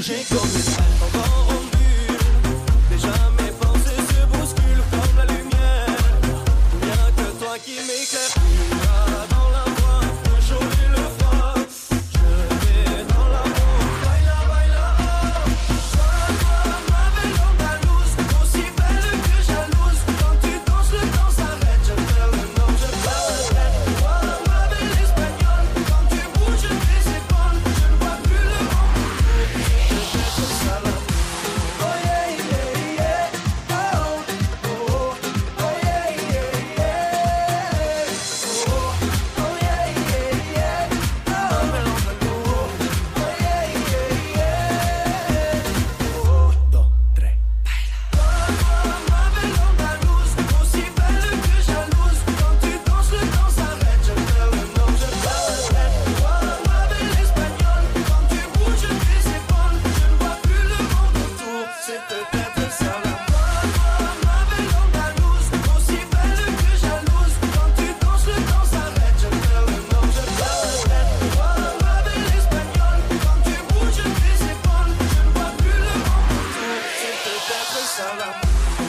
bouger comme les ailes. Encore en bulle, déjà mes pensées se bousculent comme la lumière. Il n'y a que toi qui m'éclaire. Tu vas dans la voie, le chaud et le froid. Je vais dans la voie, baila, baila, oh. Toi, ma belle andalouse, aussi belle que jalouse. Quand tu danses, le temps s'arrête. Je perds le nord, je perds le tête. Toi, ma belle espagnole, quand tu bouges, je tes épaules. Je ne vois plus le vent. Peut-être ça l'amour. Oh yeah, yeah, yeah. Oh, oh, oh, oh yeah, yeah, yeah. Oh, oh yeah, yeah, yeah. Oh, ma belle andalouse. Oh yeah, yeah, yeah. Oh, dos, tres, baila. Ma belle andalouse, aussi belle que jalouse. Quand tu danses, le temps s'arrête. Je perds le nord, je perds le tête. Toi, ma belle espagnole, quand tu bouges tes épaules, je ne vois plus le monde autour. C'est peut-être ça l'amour. Ma belle andalouse, aussi belle que jalouse. Quand tu danses, le temps s'arrête. Je perds le nord, je perds le tête. Toi, ma belle espagnole, quand tu bouges tes épaules, je ne vois plus le monde autour. C'est peut-être ça l'amour.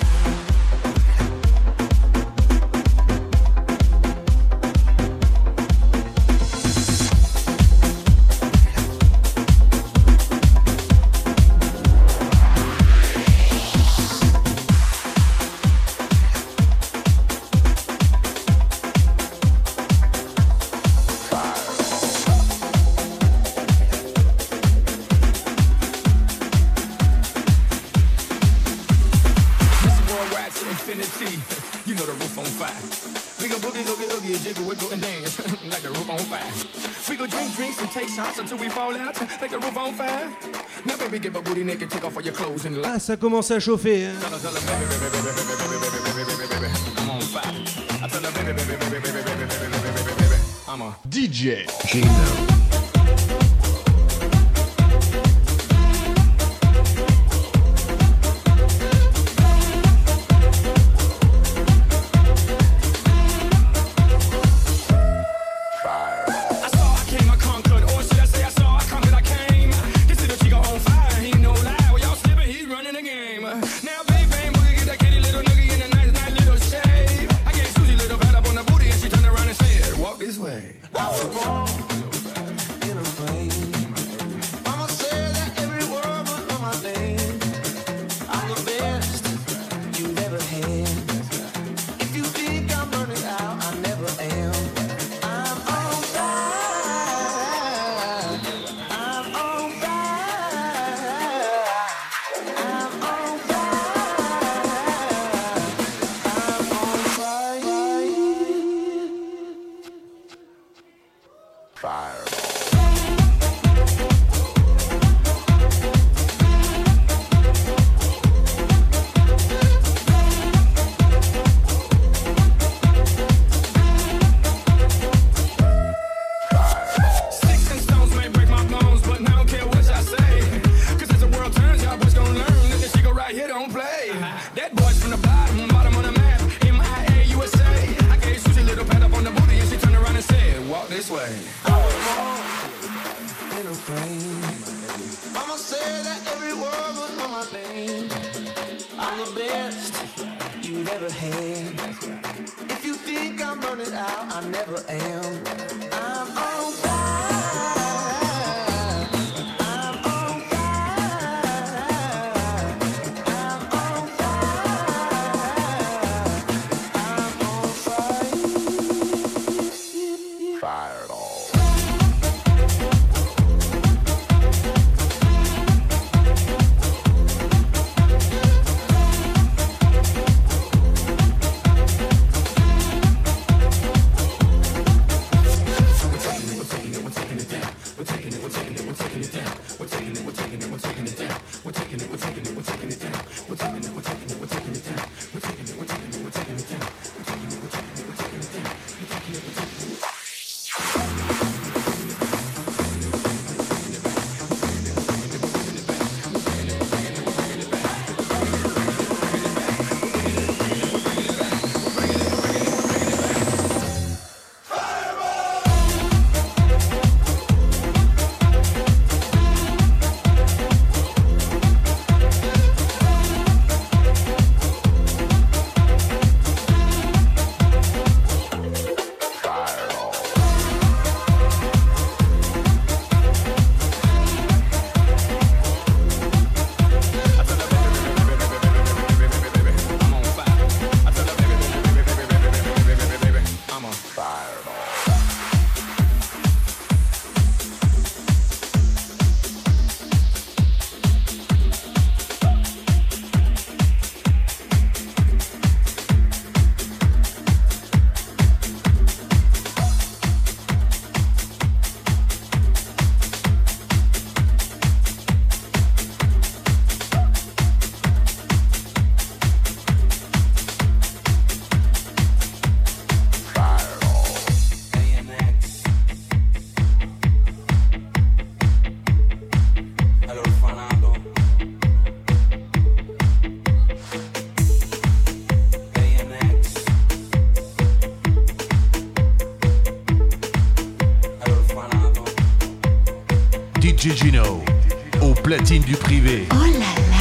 This worldwide to infinity. You know the roof on fire. We go boogie, oogie, oogie, jiggle, wiggle, and dance like the roof on fire. We go drink drinks and take shots until we fall out like the roof on fire. Now baby, get my booty naked, take off all your clothes and Ah, ça commence à chauffer. Hein. tell her, baby, baby, baby, baby, baby, baby, baby, baby, I'm on fire. I tell her, baby, baby, baby, baby, baby, baby, baby, baby, I'm a DJ Gino. I saw, I came, I conquered, or should I say I saw, I conquered, I came. This little chico on fire, he no lie. Well, y'all slipping, he running the game. Now, bang, bang, boogie, get that kitty little noogie in a nice, nice little shade. I gave Susie a little pat up on the booty, and she turned around and said, walk this way. I was born in a plane. Mama said that every word was on my name. I'm the best you've ever had. If you think I'm burning out, I never am. I'm on fire. I'm on fire. I'm on fire. I'm on fire. Sticks and stones may break my bones, but I don't care what y'all say. Cause as the world turns, y'all boys gon' learn that this chico right here don't play. That boy's from the bottom, bottom of the map, MIA, USA. I gave Susie a little pat up on the booty, and she turned around and said, walk this way. I was born in a plane. Mama said that every word was on my name. I'm the best you've ever had. If you think I'm burning out, I never am. I'm on fire. I'm on fire. I'm on fire. I'm on fire. Fireball. DJ Gino, au platine du privé. Oh là là.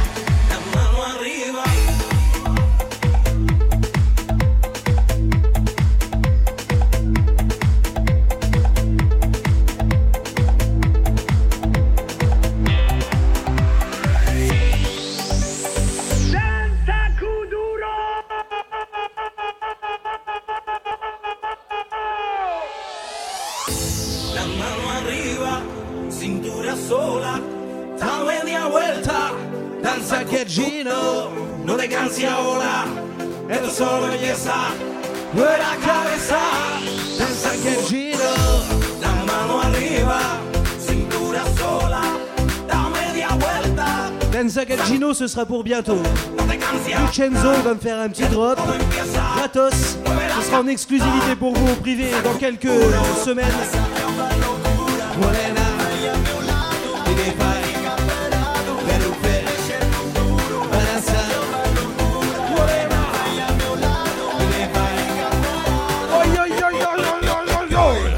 No te canses ahora, esto solo belleza. Mueve la cabeza, danza que giro. La mano arriba, cintura sola, da media vuelta. Danza che Gino, ce sera pour bientôt. Vincenzo va me faire un petit drop gratos. Ce sera en exclusivité pour vous au privé dans quelques semaines. Morena, y de fai, peluche, balanza. Morena, y de fai. Oy, oy, oy, oy, oy, oy, oy.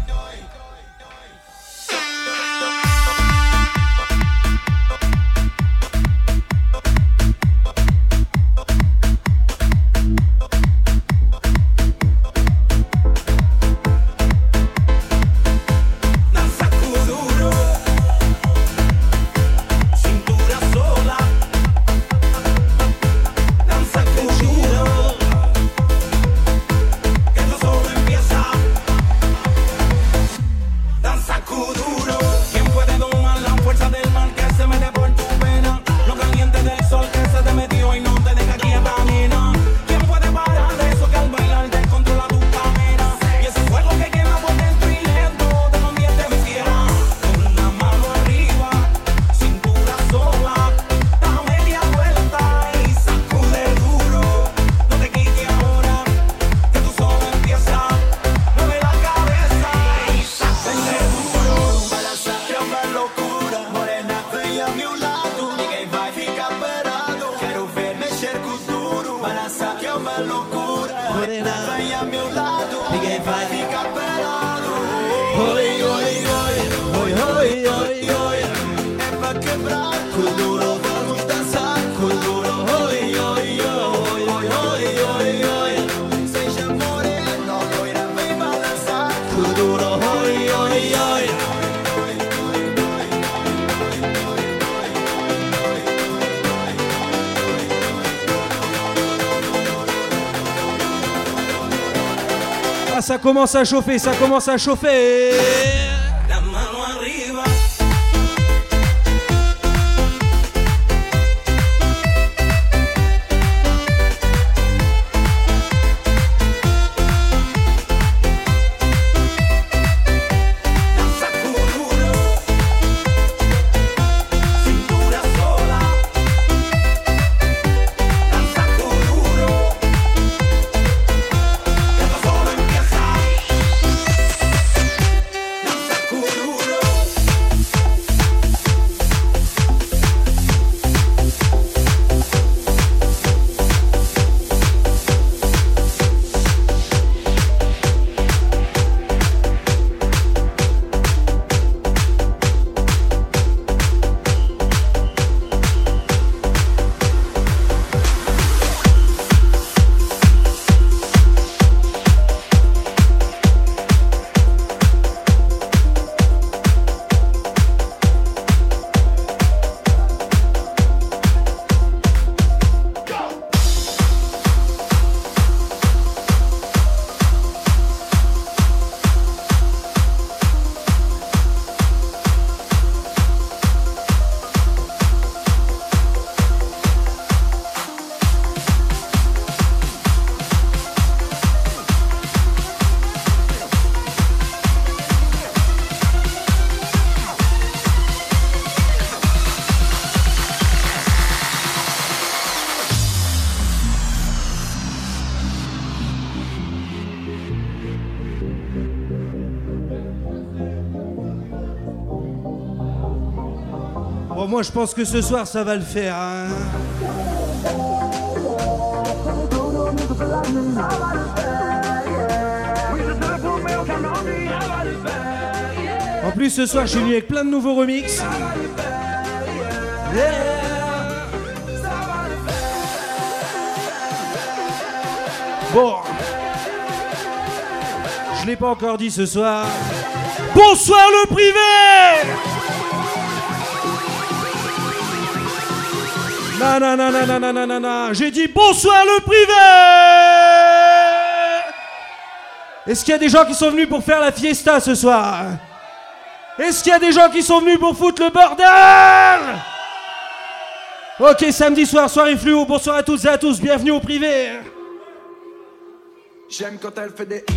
Ça commence à chauffer, ça commence à chauffer. La mano arriba. Bon, moi je pense que ce soir ça va le faire. Hein. En plus, ce soir, je suis venu avec plein de nouveaux remixes. Yeah. Bon. Je l'ai pas encore dit ce soir. Bonsoir le privé. Non. J'ai dit bonsoir le privé. Est-ce qu'il y a des gens qui sont venus pour faire la fiesta ce soir? Est-ce qu'il y a des gens qui sont venus pour foutre le bordel? Ok, samedi soir, soirée fluo. Bonsoir à toutes et à tous. Bienvenue au privé. J'aime quand elle fait des...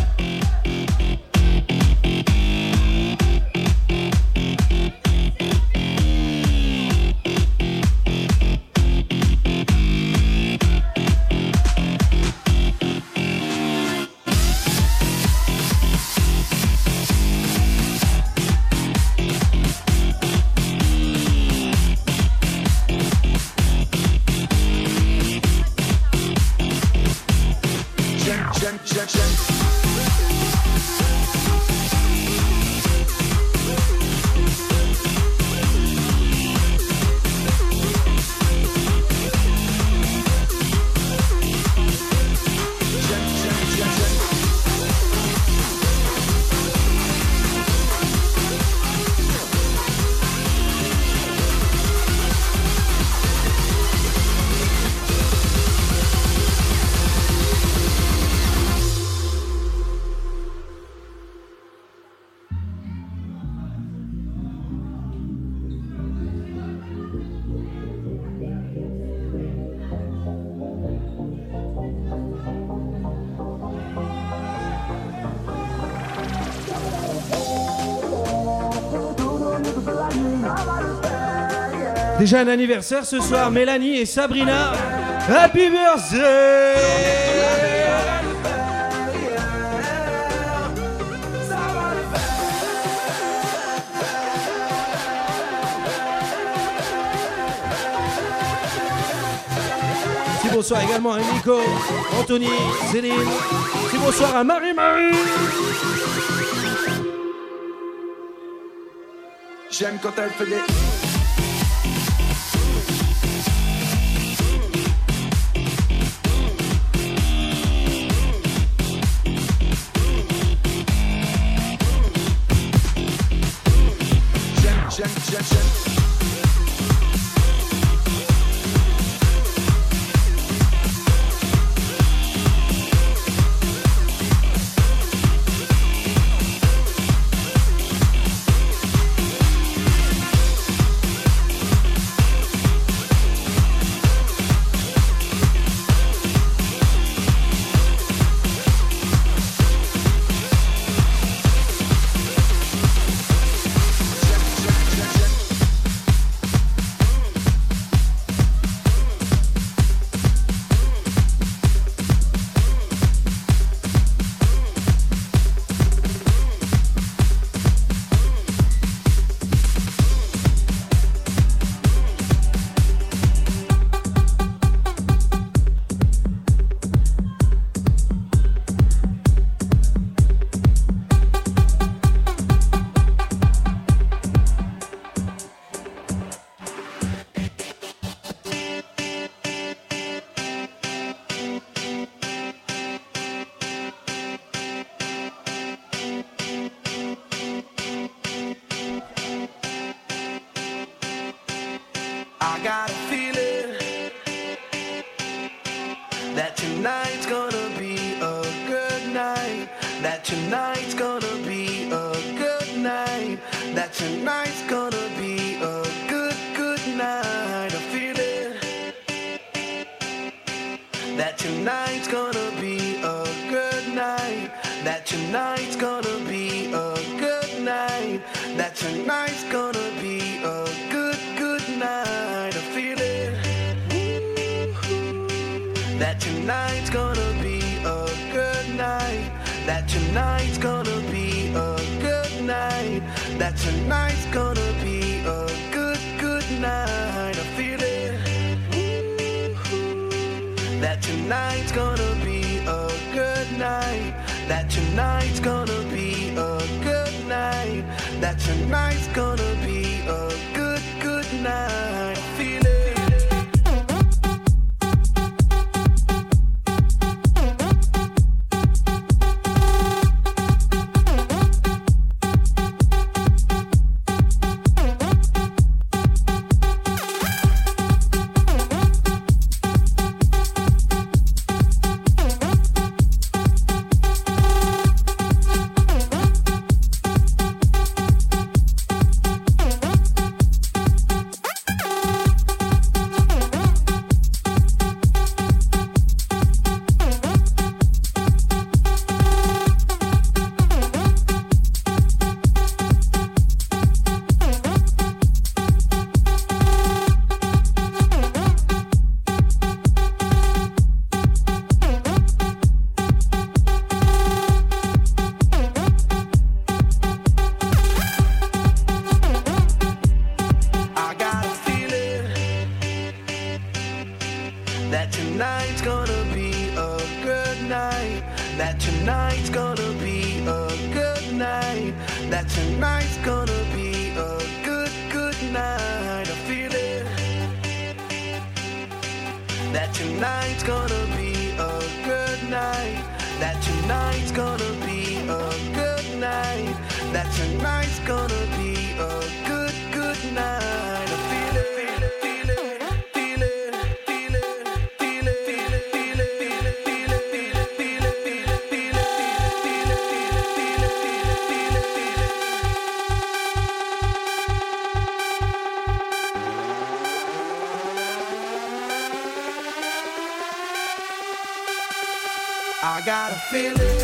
Déjà un anniversaire ce soir, Mélanie et Sabrina. Happy birthday! Petit bonsoir également à Nico, Anthony, Céline. Petit bonsoir à Marie-Marie. J'aime quand elle fait des... that tonight's gonna be a good, good night. Feel it. I got a feeling.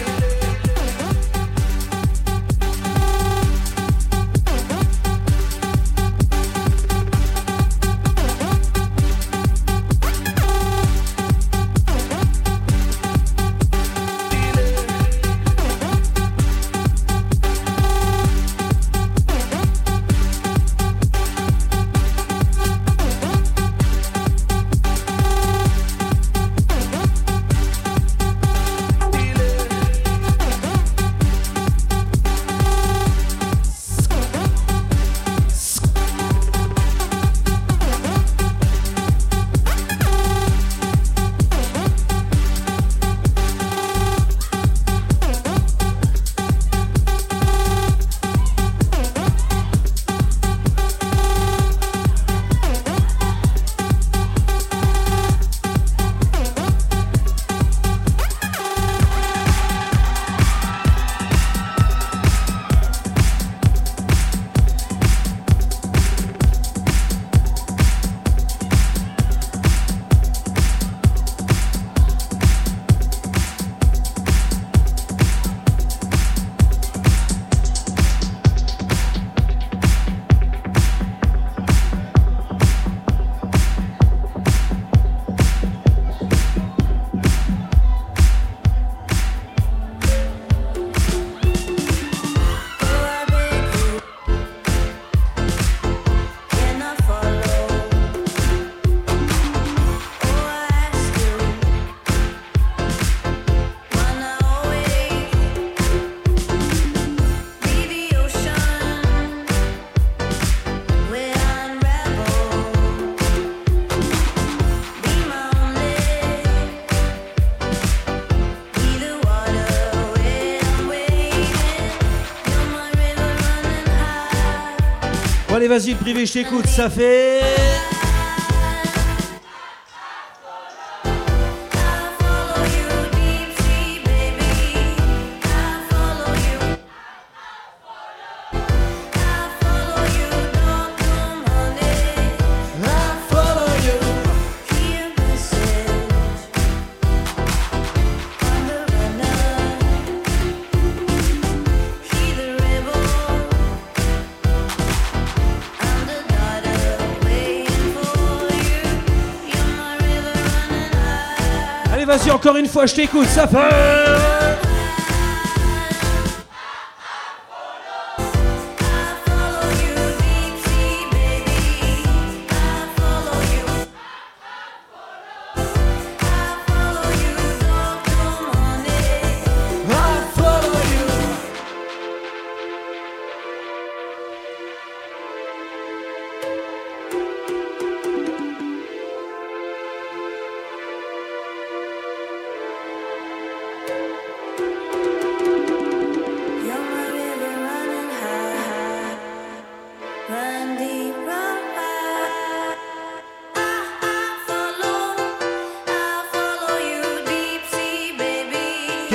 Allez, vas-y, le privé, je t'écoute, ça fait... Vas-y, encore une fois, je t'écoute, ça fait...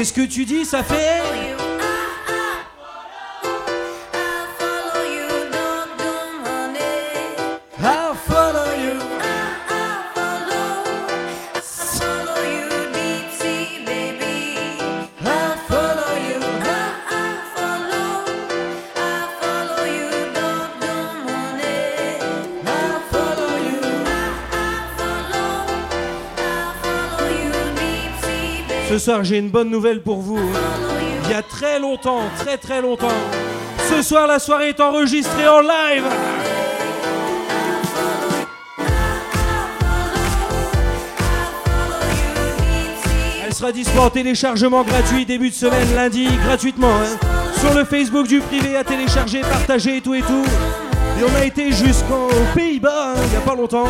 Qu'est-ce que tu dis, ça fait? I'll follow you. I'll follow you. I'll follow you. Ce soir, j'ai une bonne nouvelle pour vous. Il y a très longtemps, très longtemps, ce soir, la soirée est enregistrée en live. Elle sera dispo en téléchargement gratuit début de semaine, lundi, gratuitement. Sur le Facebook du privé, à télécharger, partager et tout et tout. Et on a été jusqu'aux Pays-Bas, il n'y a pas longtemps.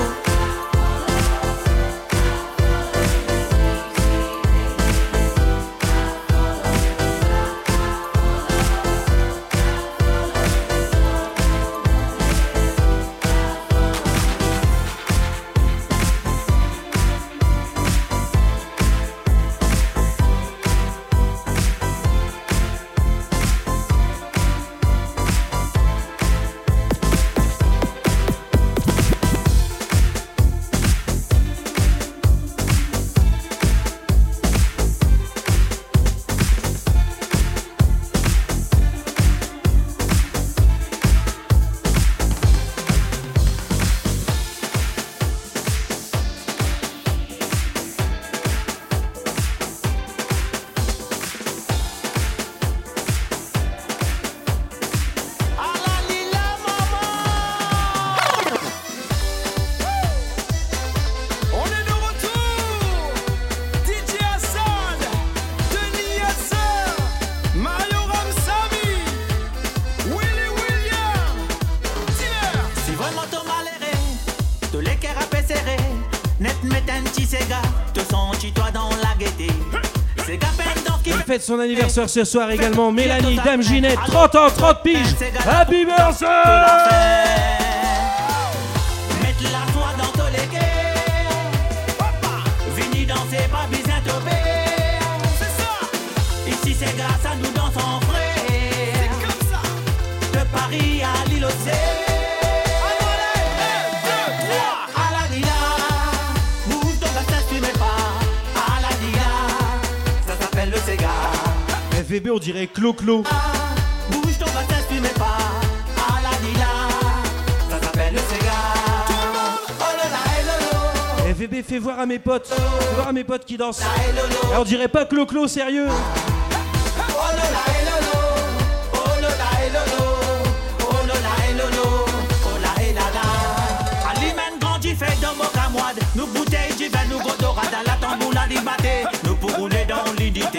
Fête son anniversaire ce soir également, Mélanie, Dame Ginette, 30 ans, 30 piges. Happy birthday! Vini danser, pas besoin de ici c'est grâce à nous dansons frère. C'est comme ça. De Paris à l'île aux FVB, on dirait Clo-Clo. Bouge ton bassin, tu mets pas. À la Dila, ça s'appelle le cigare. Tout le monde, oh là là, hello. FVB, fais voir à mes potes. Fais voir à mes potes qui dansent. Et on dirait pas Clo-Clo, sérieux. Oh là là, hello. Oh là là, hello. Oh là là, hello. Oh là, helala. Alimène grandi, fait de mocamouade. Nous bouteilles, j'y vais, nous godora dans la tambour, la libaté. Nous pour rouler dans l'unité.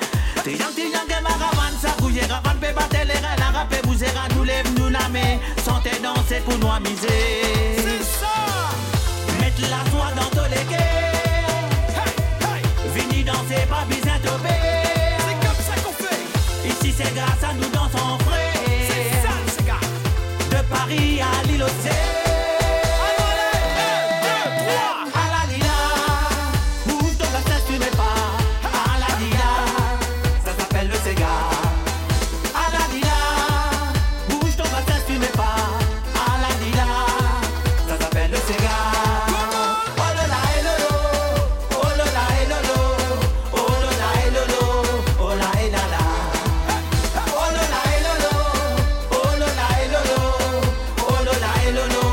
Santé danser pour nous amuser. C'est ça. Mettre la soie dans tous les quais. Hey, hey. Vini danser, pas besoin de c'est comme ça qu'on fait. Ici c'est grâce à nous dansons frais. C'est ça, c'est gars. De Paris à l'île aux hello.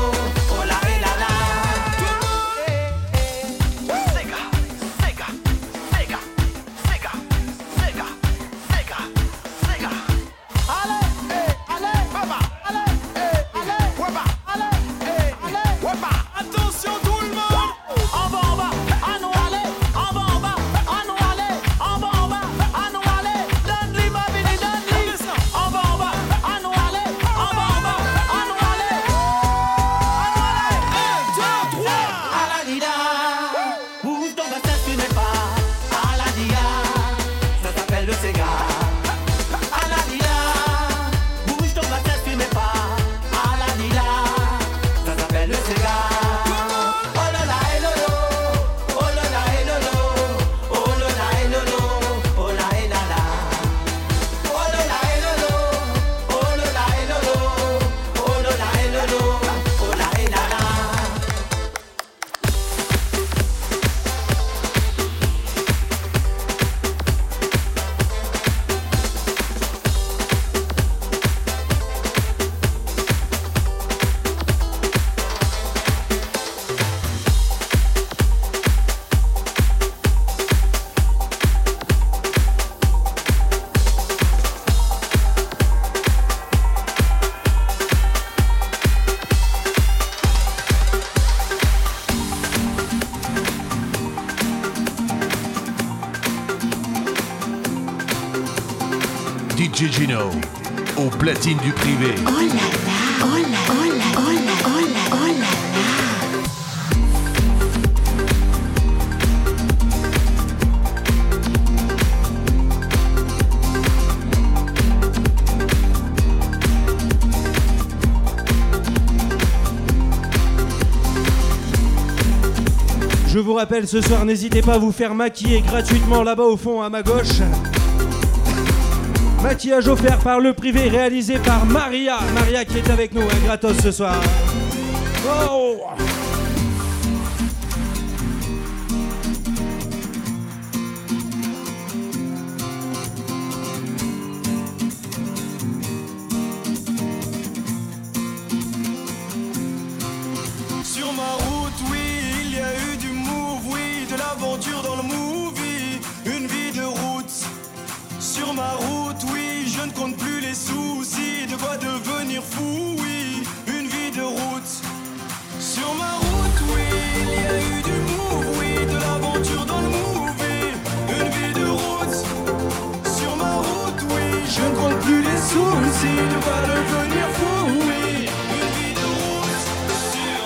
DJ Gino, au platine du privé. Oh là là, oh là, oh là, oh là, oh là, oh là là. Je vous rappelle, ce soir, n'hésitez pas à vous faire maquiller gratuitement là-bas au fond à ma gauche. Maquillage offert par le privé, réalisé par Maria. Maria qui est avec nous, hein, gratos ce soir. Oh! Sur ma route, oui, il y a eu du move, oui, de l'aventure dans le movie, une vie de route. Sur ma route, oui, je ne compte plus les soucis, de quoi devenir fou, oui, une vie de route. Sur ma route, oui, il y a eu du move, oui, de l'aventure dans le movie, une vie de route. Sur ma route, oui, je ne compte plus les soucis, de quoi devenir fou, oui, une vie de route. Sur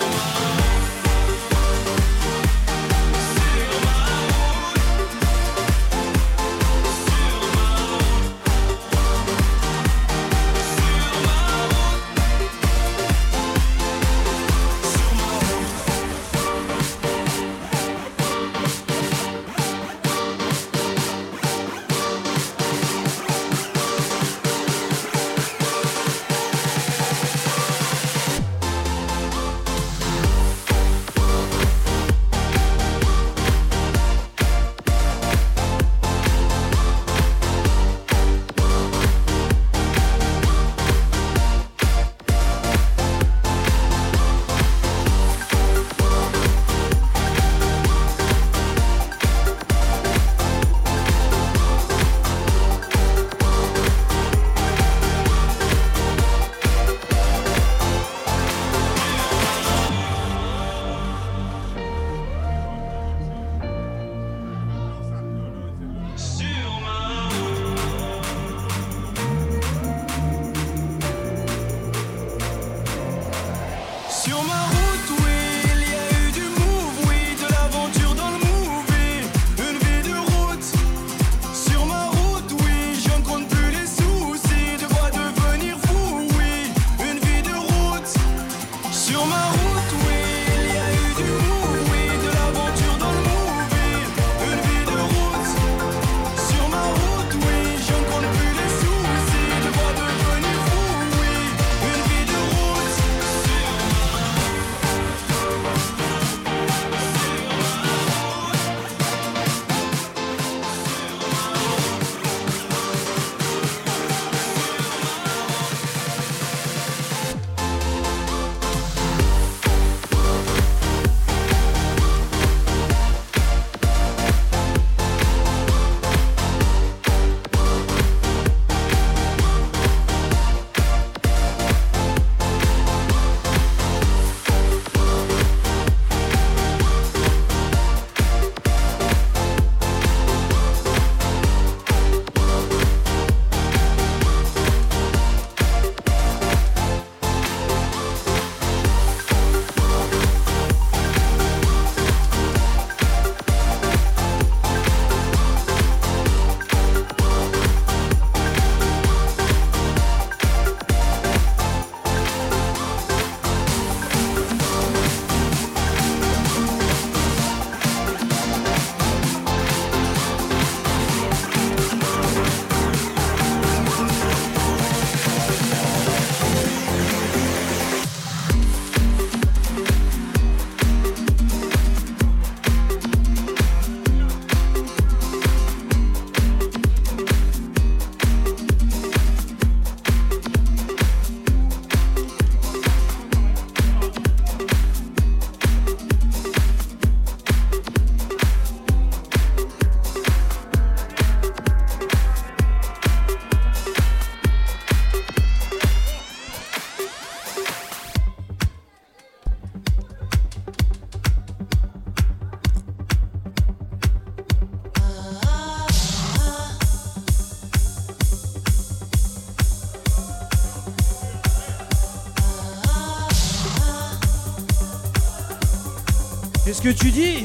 Qu'est-ce que tu dis?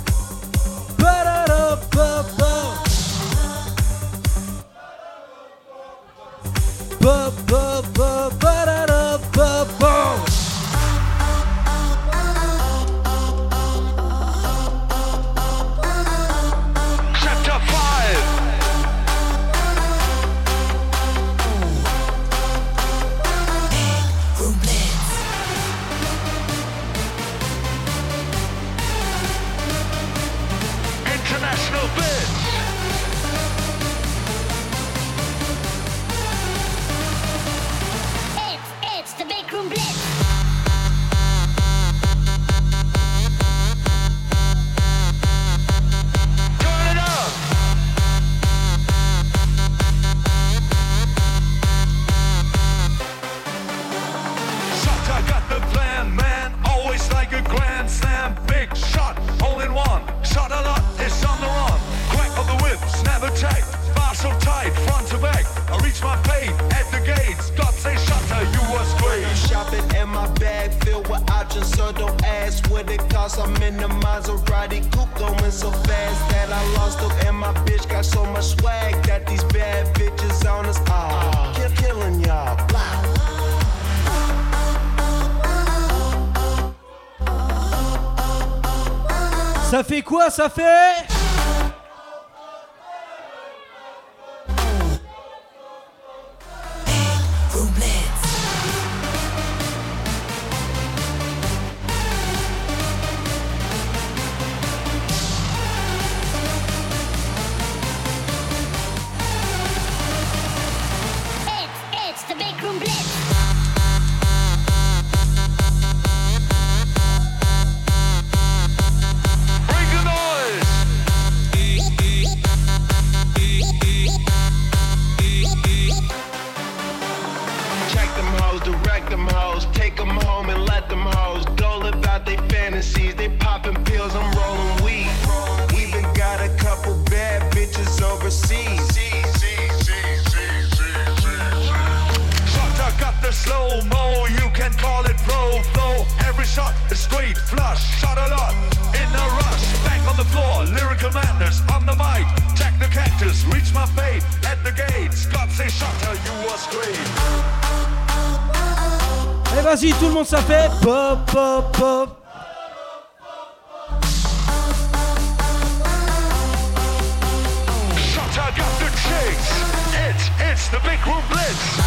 It's the Big Room Blitz. So don't ask what it costs. I'm in the Maserati coupe going so fast that I lost hope. And my bitch got so much swag that these bad bitches on us all killing y'all. Ça fait quoi? Ça fait... It's the Big Room Blitz. They popping pills, I'm rolling weed. Even got a couple bad bitches overseas. Shot, got the slow-mo, you can call it pro flow. Every shot is straight flush, shot a lot in a rush. Back on the floor, lyrical madness on the mic. Jack the cactus, reach my fate at the gates. God say Shutter, you was great. Allez vas-y, tout le monde ça fait pop pop pop. Shutter got the chicks. It's the Big Room Blitz.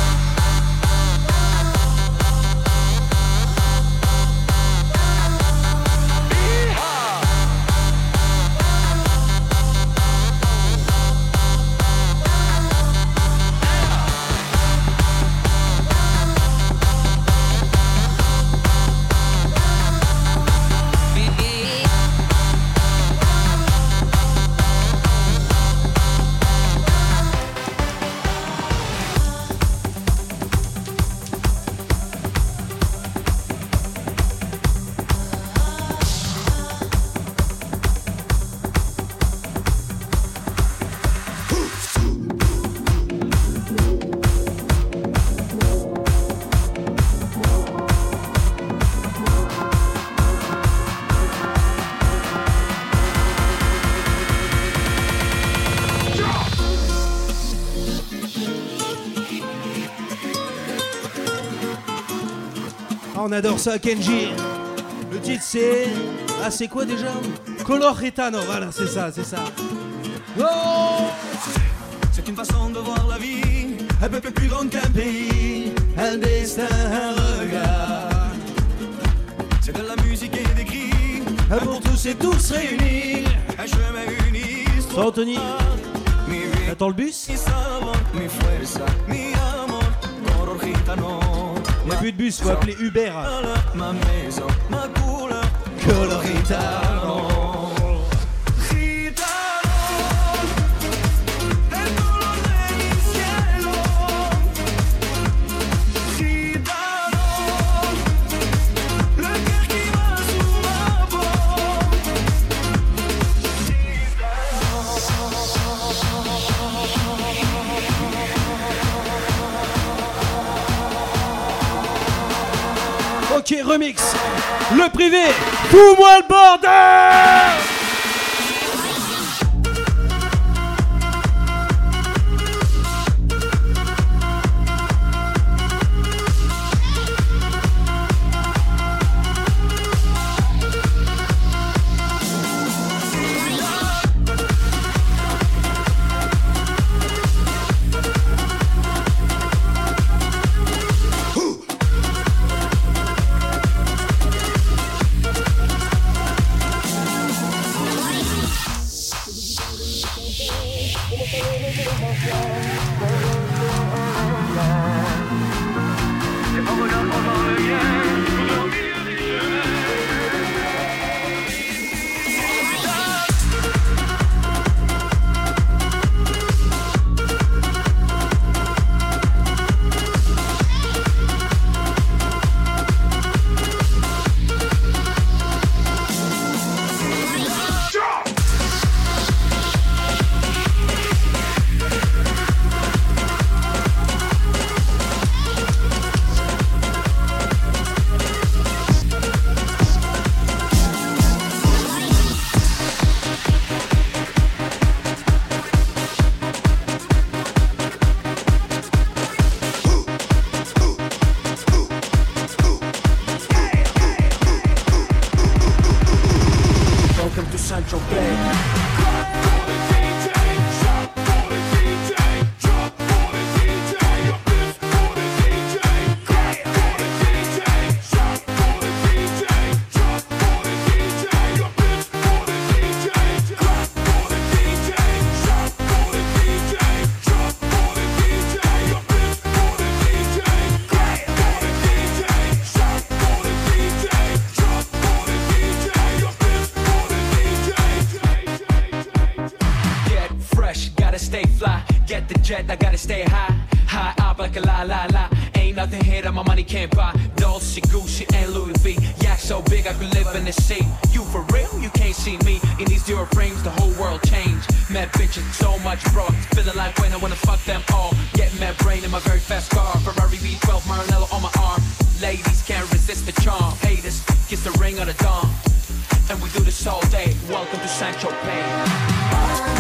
On adore ça, Kenji. Le titre c'est... Ah c'est quoi déjà? Color Retano, voilà c'est ça, c'est ça. Oh, C'est une façon de voir la vie, un peu plus grande qu'un pays, un destin, un regard. C'est de la musique et des cris, pour tous et tous réunis. un chemin, une histoire. Ça Anthony, Mi vida, attends le bus? mi sabor, mi fuerza, mi amor, color gitano. Il n'y a plus de bus, faut appeler Uber. Ma maison, ma couleur, Color Retano. Ok, remix. Le privé. Fous-moi le bordel. I gotta stay high, high up like a la la la. Ain't nothing here that my money can't buy. Dolce, Gucci, and Louis V. Yak so big I could live in the sea. You for real? You can't see me in these Dior frames. The whole world changed. Mad bitches, so much bro. Feeling like when I wanna fuck them all. Get mad brain in my very fast car. Ferrari V12, Maranello on my arm. Ladies can't resist the charm. Haters, kiss the ring of the dawn. And we do this all day. Welcome to Sancho Pay.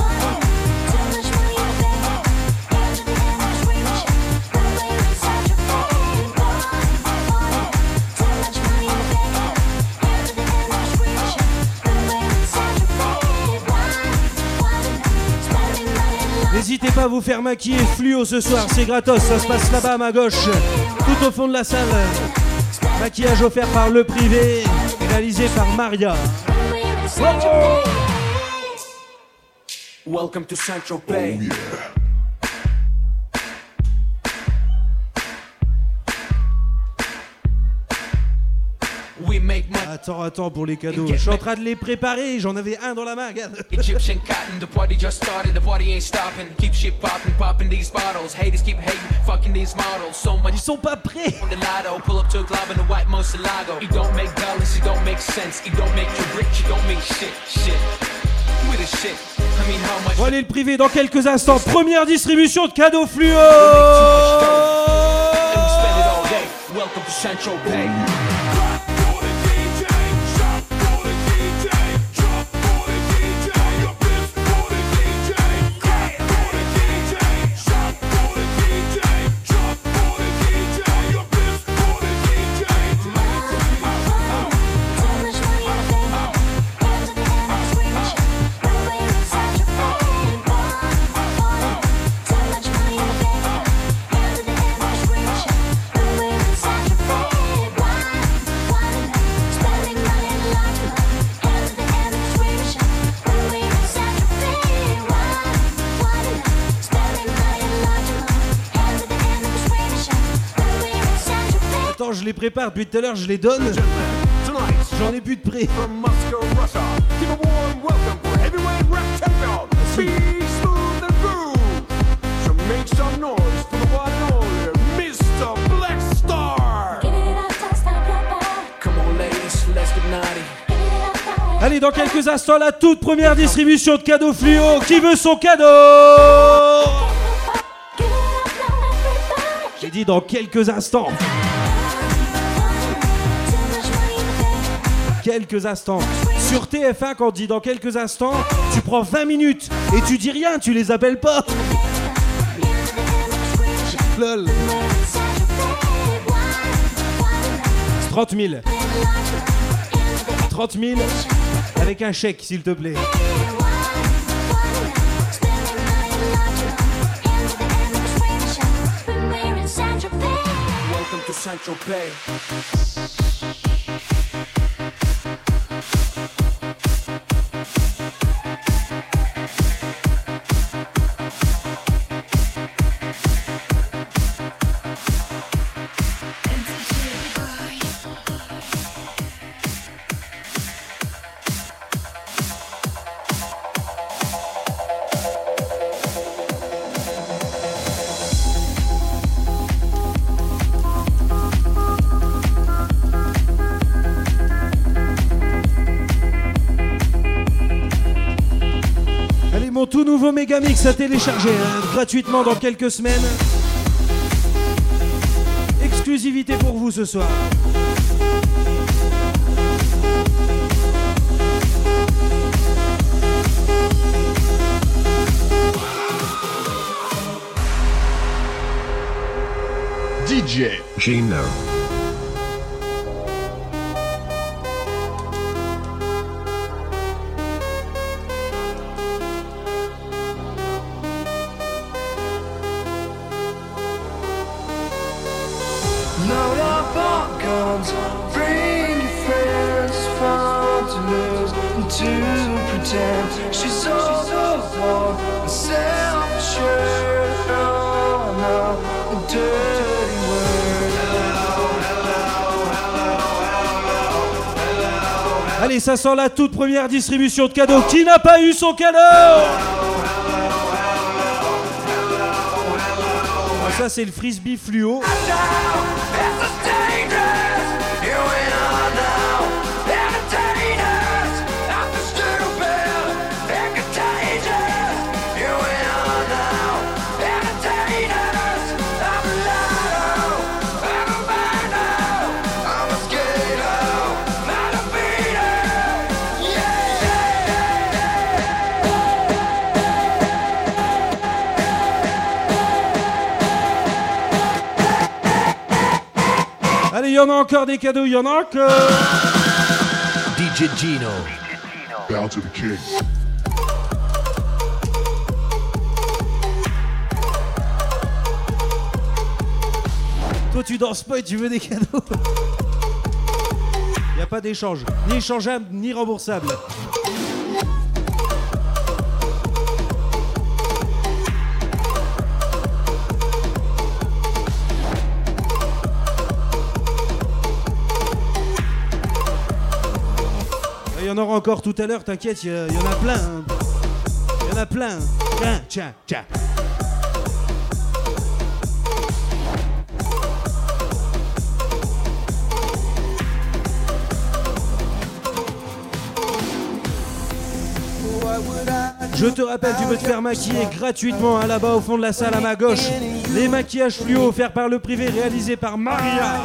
N'hésitez pas à vous faire maquiller fluo ce soir, c'est gratos, ça se passe là-bas à ma gauche, tout au fond de la salle. Maquillage offert par Le Privé, réalisé par Maria. Oh! Welcome to Central Bay. Oh, yeah. Attends pour les cadeaux. Je suis en train de les préparer, j'en avais un dans la main, regarde. Egyptian cotton, the party just started, the party ain't stopping. Keep shit popping these bottles. Haters keep hating, fucking these models. So much. Ils sont pas prêts. On the lotto, pull up to a club in the white Moselago. It don't make dollars, it don't make sense. It don't make you rich, it don't make shit. With a shit. I mean how much. Bon allez, Le Privé dans quelques instants. Première distribution de cadeaux fluo. Welcome to Central Bay. Je les prépare depuis tout à l'heure, je les donne. J'en ai plus de près. Allez, dans quelques instants, la toute première distribution de cadeaux fluo. Qui veut son cadeau? J'ai dit dans quelques instants. quelques instants. Sur TF1, quand on dit dans quelques instants, tu prends 20 minutes et tu dis rien, tu les appelles pas. Lol. 30 000. 30 000 avec un chèque, s'il te plaît. Welcome to Saint-Tropez. Mon tout nouveau Megamix à télécharger gratuitement dans quelques semaines. Exclusivité pour vous ce soir. DJ Gino. Load up on guns, bring your friends, fun to lose and to pretend she's overboard and self-assured. Oh no, a dirty word. Allez, ça sent la toute première distribution de cadeaux. Qui n'a pas eu son cadeau? Ça c'est le frisbee fluo. Allez, il y en a encore des cadeaux, il y en a encore. DJ Gino. Bow to the king. Toi tu danses pas et tu veux des cadeaux. Y a pas d'échange, ni échangeable, ni remboursable. Il y en aura encore tout à l'heure, t'inquiète, il y en a plein. Il y en a plein. Tiens, tiens. Je te rappelle, tu peux te faire maquiller gratuitement là-bas au fond de la salle à ma gauche. Les maquillages fluo offerts par le privé réalisés par Maria.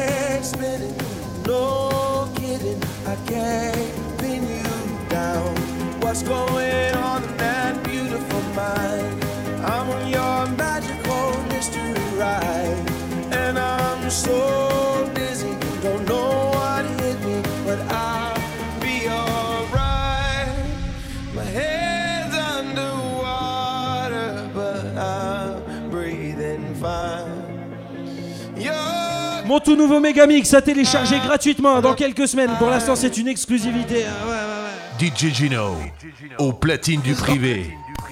What's going on in that beautiful mind? I'm on your magical mystery ride, and I'm so dizzy, don't know what hit me, but I'll be alright. My head's underwater, but I'm breathing fine. Mon tout nouveau Megamix à télécharger gratuitement dans quelques semaines. Pour l'instant, c'est une exclusivité. DJ Gino, au platine du privé.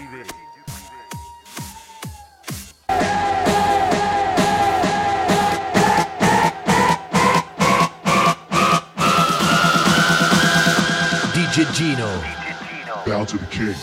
DJ Gino. Bow to the king.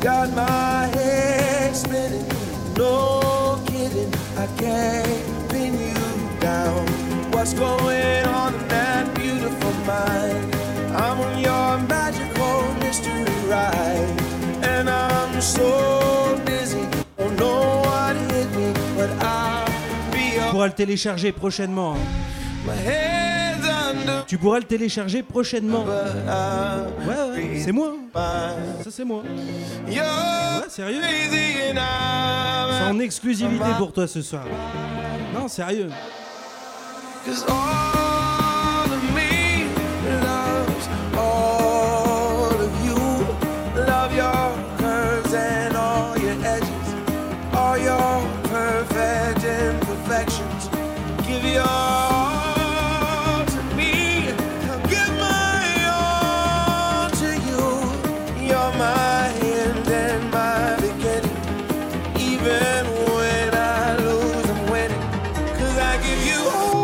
got my head spinning. No kidding, I can't pin you down. What's going on in that beautiful mind? I'm on your magical mystery ride, and I'm so dizzy. Don't know what hit me, but I'll be Tu pourras le télécharger prochainement. my head's under. Tu pourras le télécharger prochainement. Ouais, c'est moi. Ça, c'est moi. Ouais, sérieux. C'est en exclusivité pour toi ce soir. Non, sérieux. 'Cause all of me loves all of you. Love your curves and all your edges, all your perfect imperfections. Give your all to me. I'll give my all to you. You're my end and my beginning. Even when I lose, I'm winning. 'Cause I give you all.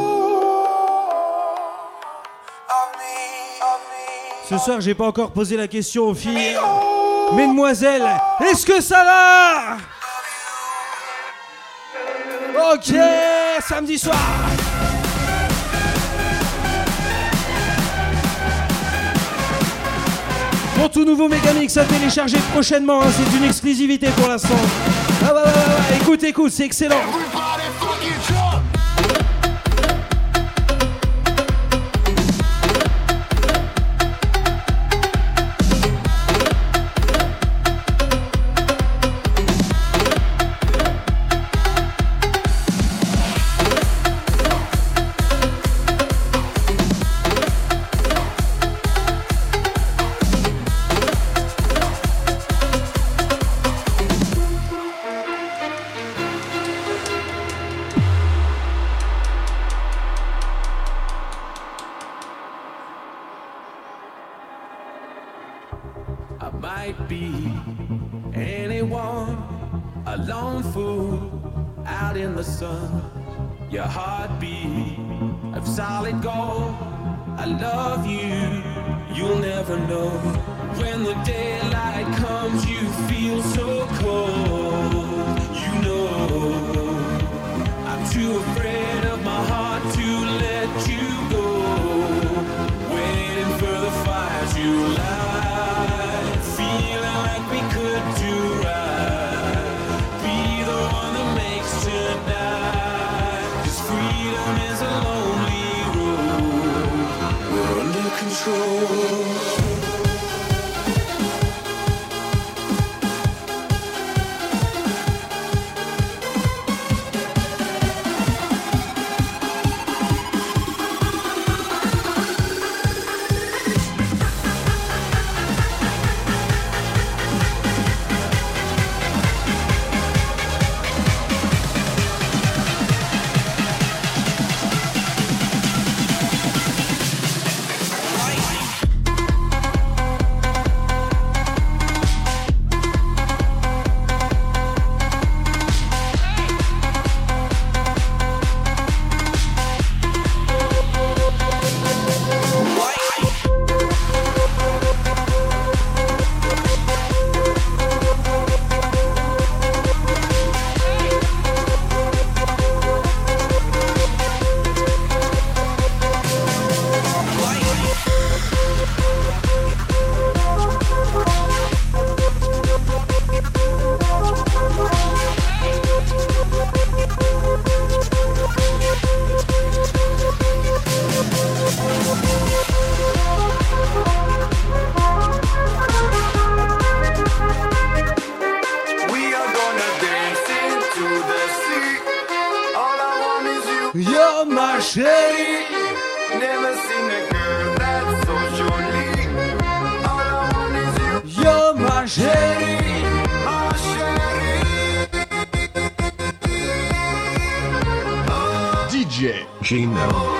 Ce soir, j'ai pas encore posé la question aux filles. Mesdemoiselles, est-ce que ça va? Ok, samedi soir. Mon tout nouveau Megamix à télécharger prochainement, hein, c'est une exclusivité pour l'instant. Ah ouais, écoute, c'est excellent. I might be anyone, a lone fool out in the sun. Your heartbeat of solid gold. I love you, you'll never know. When the daylight comes, you feel so cold. You know, I'm too afraid of my heart to let you go. Waiting for the fire to light, feeling like we could do right. Be the one that makes tonight. 'Cause freedom is a lonely road. We're under control. You're my chérie. Never seen a girl that's so jolie. All I want is you. You're my chérie. My chérie. DJ Gino.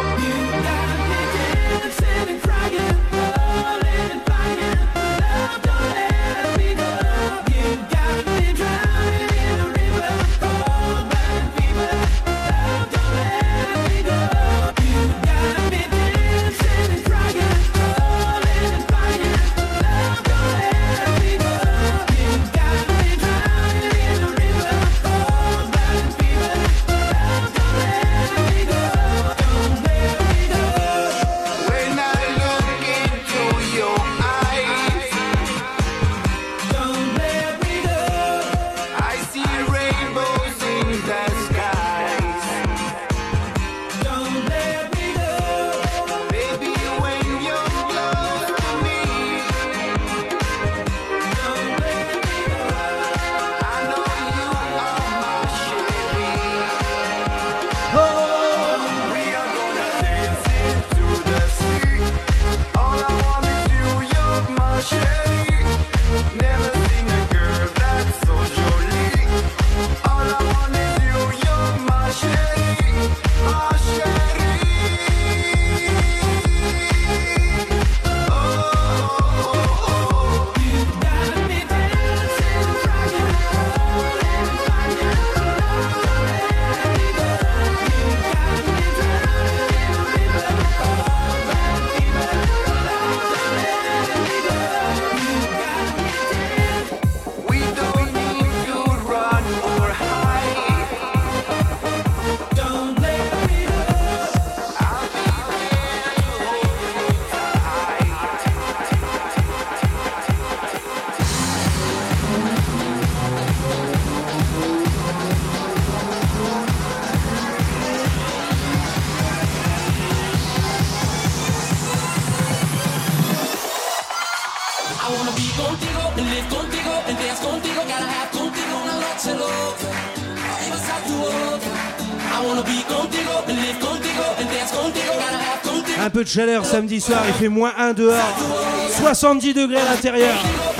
Un peu de chaleur samedi soir, il fait moins 1 dehors, 70 degrés à l'intérieur.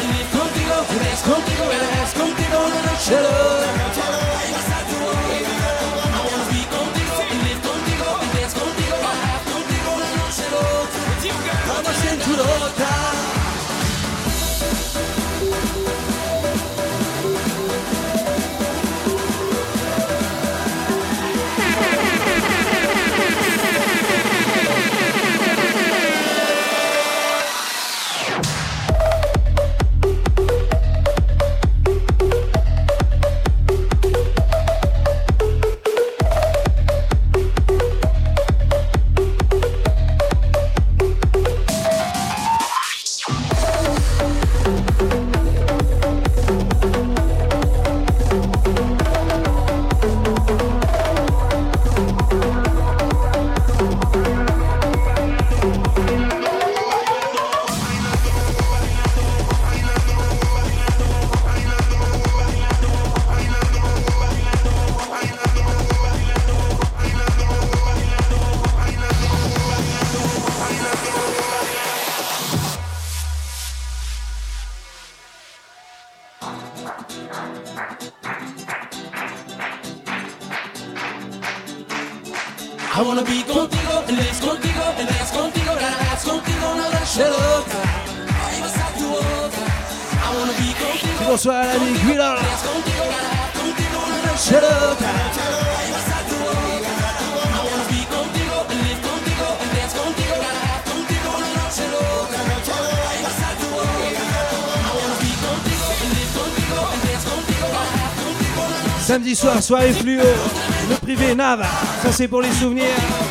I wanna be contigo, and dance contigo, and dance contigo, gotta dance contigo, no lascia loca. Ay, vas a tu boca. I wanna be contigo. Bonsoir l'ami Guido. Dance contigo, gotta have contigo, no lascia loca. Ay, vas a tu boca. I wanna be contigo, and live contigo, and dance contigo, gotta have contigo, no lascia loca. Ay, vas a tu boca. I wanna be contigo, and live contigo, and dance contigo, gotta have contigo, no lascia loca. Samedi soir, soirée fluo. Le privé Nava, ça c'est pour les souvenirs.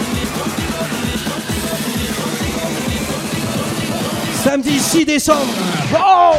Samedi 6 décembre. Oh!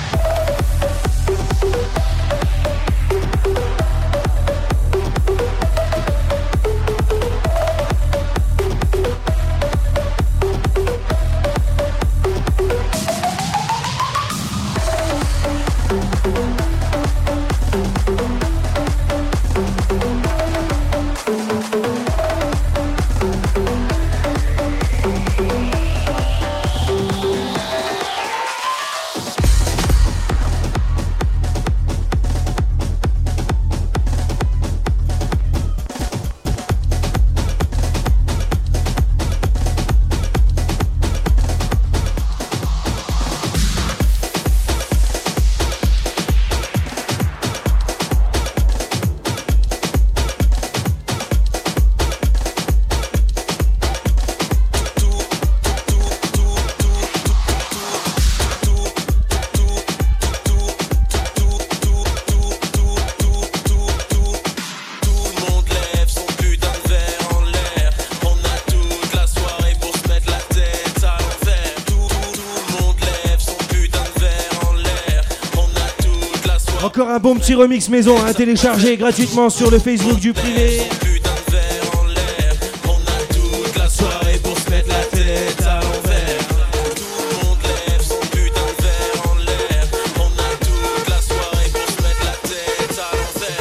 Encore un bon petit remix maison à télécharger gratuitement sur le Facebook du privé. Putain de verre en l'air, on a toute la soirée pour se mettre la tête à l'envers. Tout le monde lève son putain de verre en l'air, on a toute la soirée pour se mettre la tête à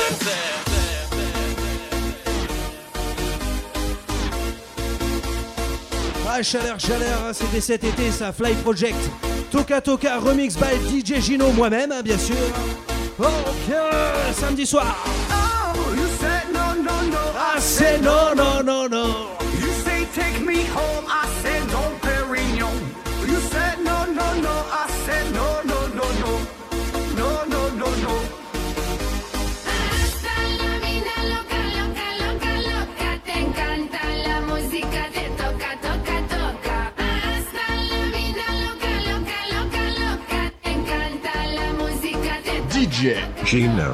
l'envers. Ah, chaleur, c'était cet été ça, Fly Project. Toka Toka remix by DJ Gino, moi-même, hein, bien sûr. Ok, samedi soir. Oh, you said no, no, no. I said no, no, no, no. You say take me home. I said no, Perignon. You said no, no, no. I said no, no, no, no. No, no, no, no. Hasta la vida loca, loca, loca, loca. Te encanta la música, te toca, toca, toca. Hasta la vida loca, loca, loca, loca. Te encanta la música, te toca. DJ Gino.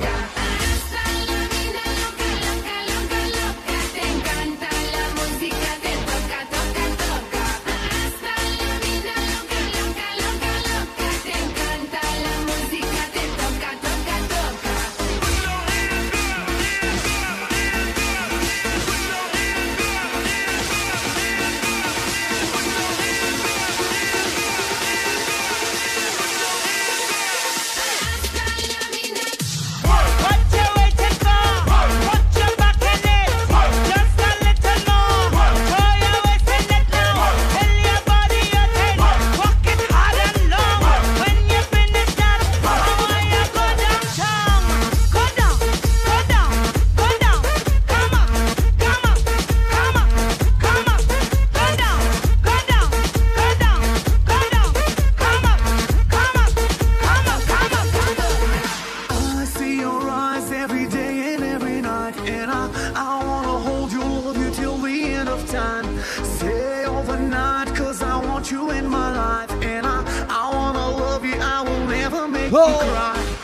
Work,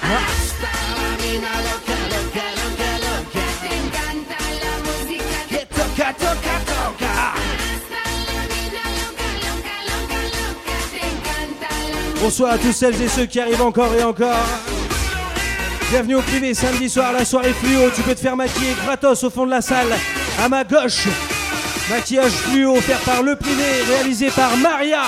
Hasta la mina loca, loca, loca, loca. Te encanta la música Que toca, toca, toca. Bonsoir à tous celles et ceux qui arrivent encore et encore. Bienvenue au privé, samedi soir, la soirée fluo. Tu peux te faire maquiller gratos au fond de la salle. À ma gauche, maquillage fluo offert par le privé, réalisé par Maria.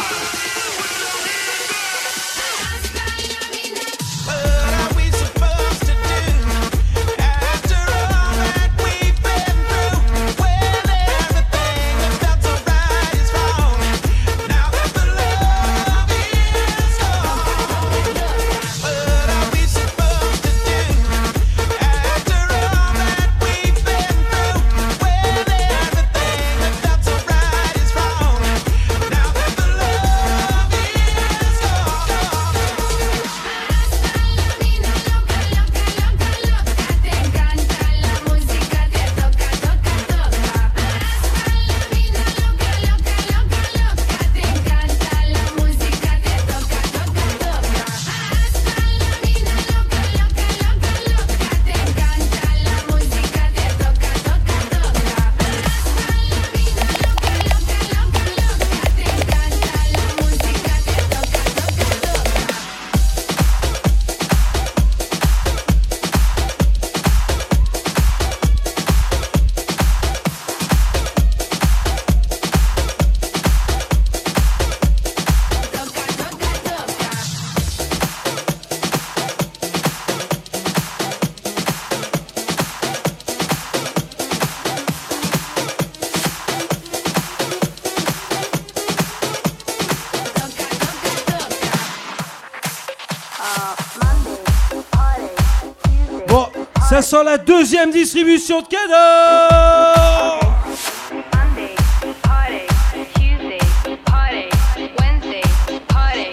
Ça sent la deuxième distribution de cadeaux. Monday, party. Tuesday, party. Wednesday, party.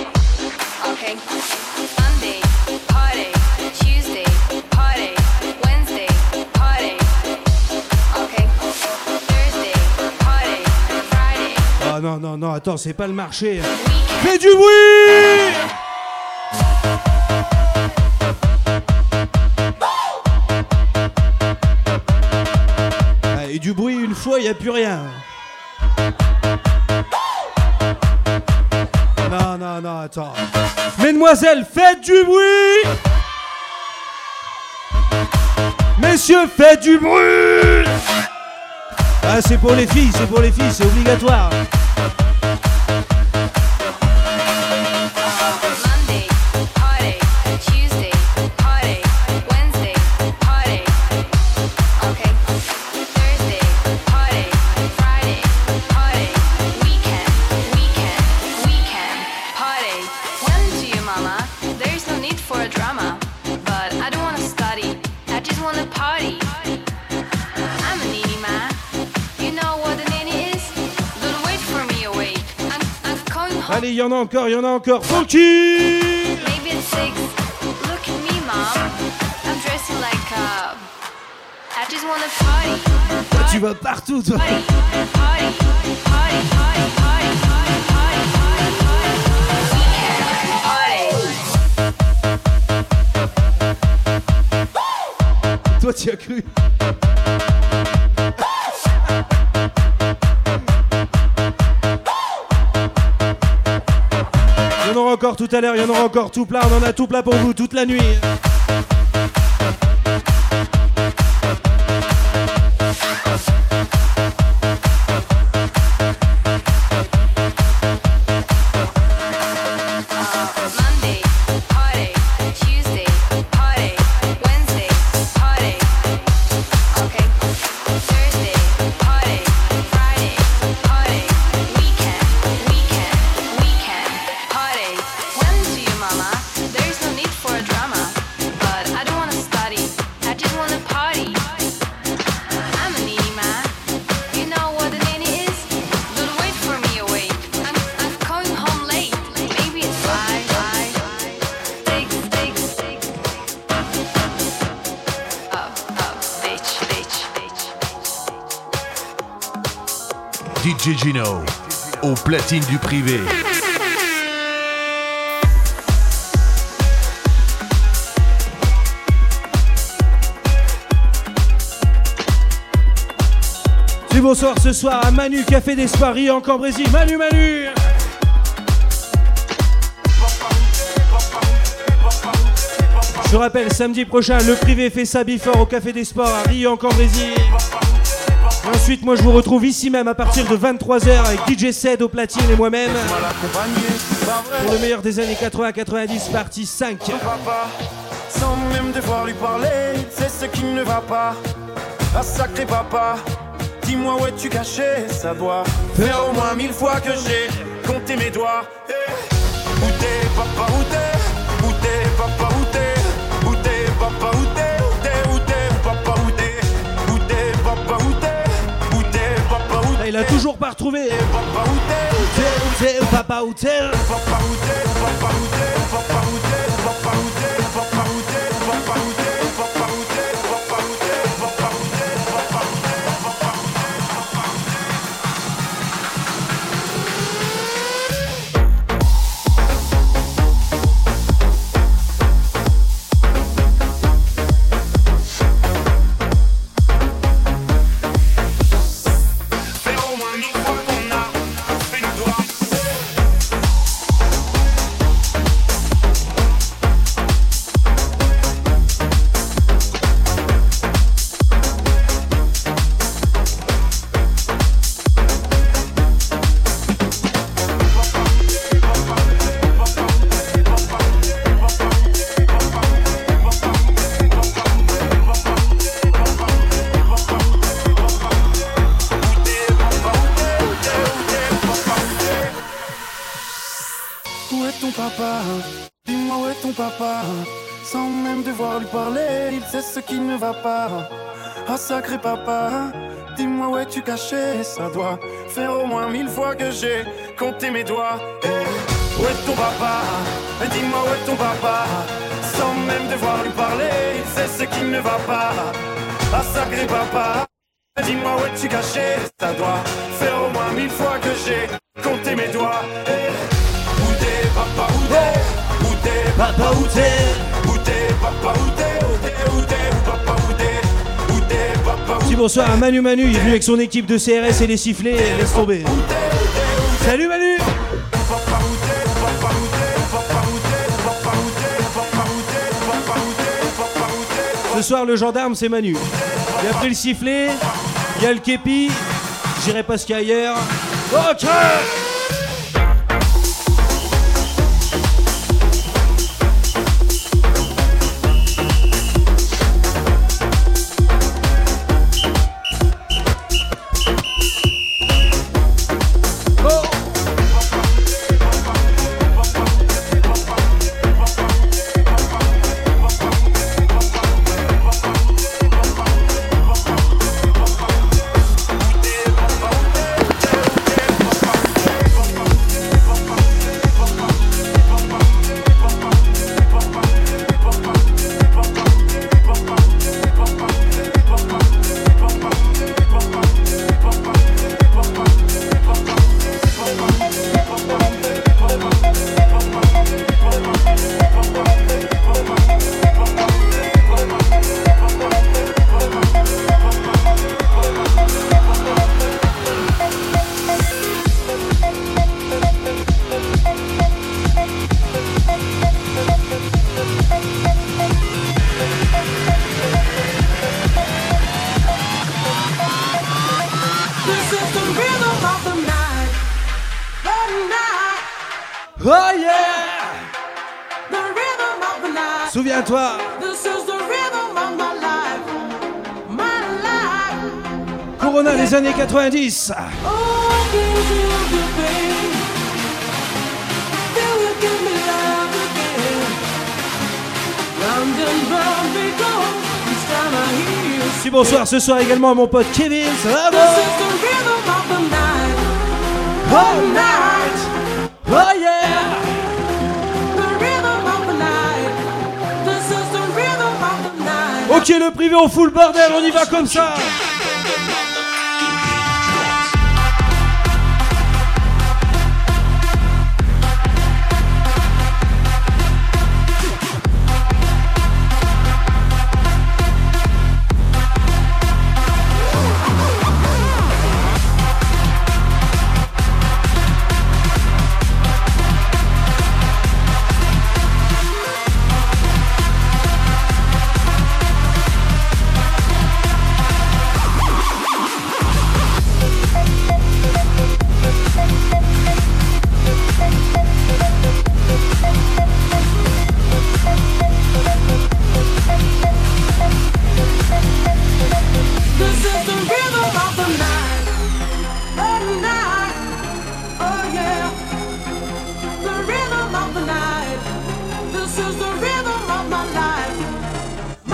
Okay. Monday, party. Tuesday, party. Wednesday, party. Okay. Thursday, party. Friday. Ah non, non, non, attends, c'est pas le marché. Fais du bruit! Et du bruit une fois, il n'y a plus rien. Non, non, non, attends. Mesdemoiselles, faites du bruit! Messieurs, faites du bruit! Ah, c'est pour les filles, c'est obligatoire. Monday, party. Tuesday, party. Wednesday, party. Okay. Thursday, party. Friday, party. Weekend, party. When to you, mama? There's no need for a drama. But I don't wanna study. I just wanna party. I'm a needy man. You know what a nanny is? Don't wait for me awake. I'm coming home. Allez, il y en a encore. Funky! Maybe at 6. Look at me, mom. I'm dressing like I just wanna party. Toi, tu vas partout, toi. Party, party, party, party, party, party, party, party. Toi, tu as cru. Il y en aura encore tout à l'heure, il y en aura encore tout plein. On en a tout plein pour vous toute la nuit. Monday, party. Tuesday, party. Wednesday, party. Okay. Thursday, party. Friday, party. Weekend, party. When to you, mama? There's no need for a drama. But I don't wanna study. I just wanna party. I'm a needy man. You know what a nanny is? Don't wait for me awake. I'm coming home late. Maybe it's 5, 6. Bitch. DJ Gino, au platine du privé. bonsoir ce soir à Manu, Café d'Espoir, Rio en Cambrésis. Manu, Manu. Je vous rappelle, samedi prochain, le privé fait sa before au Café des Sports à Rio en Cambrésis. Et ensuite, moi je vous retrouve ici même à partir de 23h avec DJ Ced au platine et moi-même pour le meilleur des années 80-90, partie 5. Papa, sans même devoir lui parler, c'est ce qui ne va pas. Ah sacré papa, dis-moi où es-tu caché? Ça doit faire au moins 1000 fois que j'ai compté mes doigts. Où t'es papa, où t'es? Où t'es papa, où t'es? Où t'es papa, où t'es? Où t'es, où t'es papa, où t'es? Où t'es papa, où t'es? Où t'es papa, où t'es? Là, il a toujours pas retrouvé. Papa, où t'es? Où t'es, papa, où t'es? Papa, où t'es? Papa, où t'es? Papa, où t'es? Papa, où t'es? Papa, où t'es? Papa, où t'es? Papa, où t'es? Papa, où t'es? Papa, où t'es? Papa, où t'es? Ah sacré papa, dis-moi où es-tu caché? Ça doit faire au moins 1000 fois que j'ai compté mes doigts. Où est ton papa? Dis-moi où est ton papa? Sans même devoir lui parler, il sait ce qui ne va pas. Ah sacré papa, dis-moi où es-tu caché? Ça doit faire au moins 1000 fois que j'ai compté mes doigts. Où t'es papa, où t'es? Où t'es papa, où t'es? Où t'es papa, où t'es? Où t'es, où t'es papa, où t'es? Petit bonsoir à Manu Manu, il est venu avec son équipe de CRS et les sifflets, laisse tomber. Salut Manu. Ce soir le gendarme c'est Manu. Il a pris le sifflet, il y a le képi, j'irai pas ce qu'il y a ailleurs. Ok. Oh yeah! Souviens-toi! Corona des années 90! Si bonsoir ce soir également à mon pote Kevin, ça va bon? All night! Oh yeah! Ok, le privé on fout le bordel, on y va comme ça!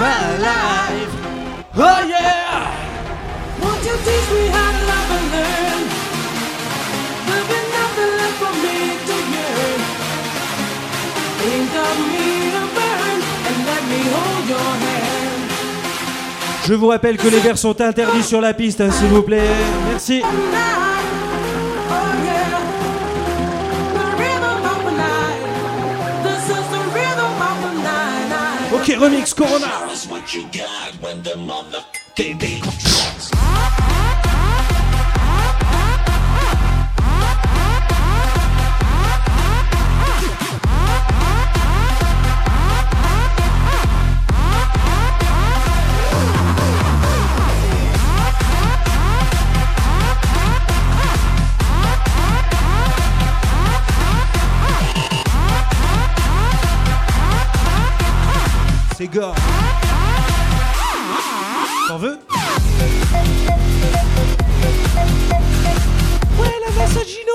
my life. Oh yeah! Won't you teach me how to love and learn? There'll be nothing left for me to yearn. Think of me to burn and let me hold your hand. Je vous rappelle que les verres sont interdits sur la piste, s'il vous plaît. Merci. Ok, remix Corona. C'est gore. T'en veux? Ouais, la Massagino.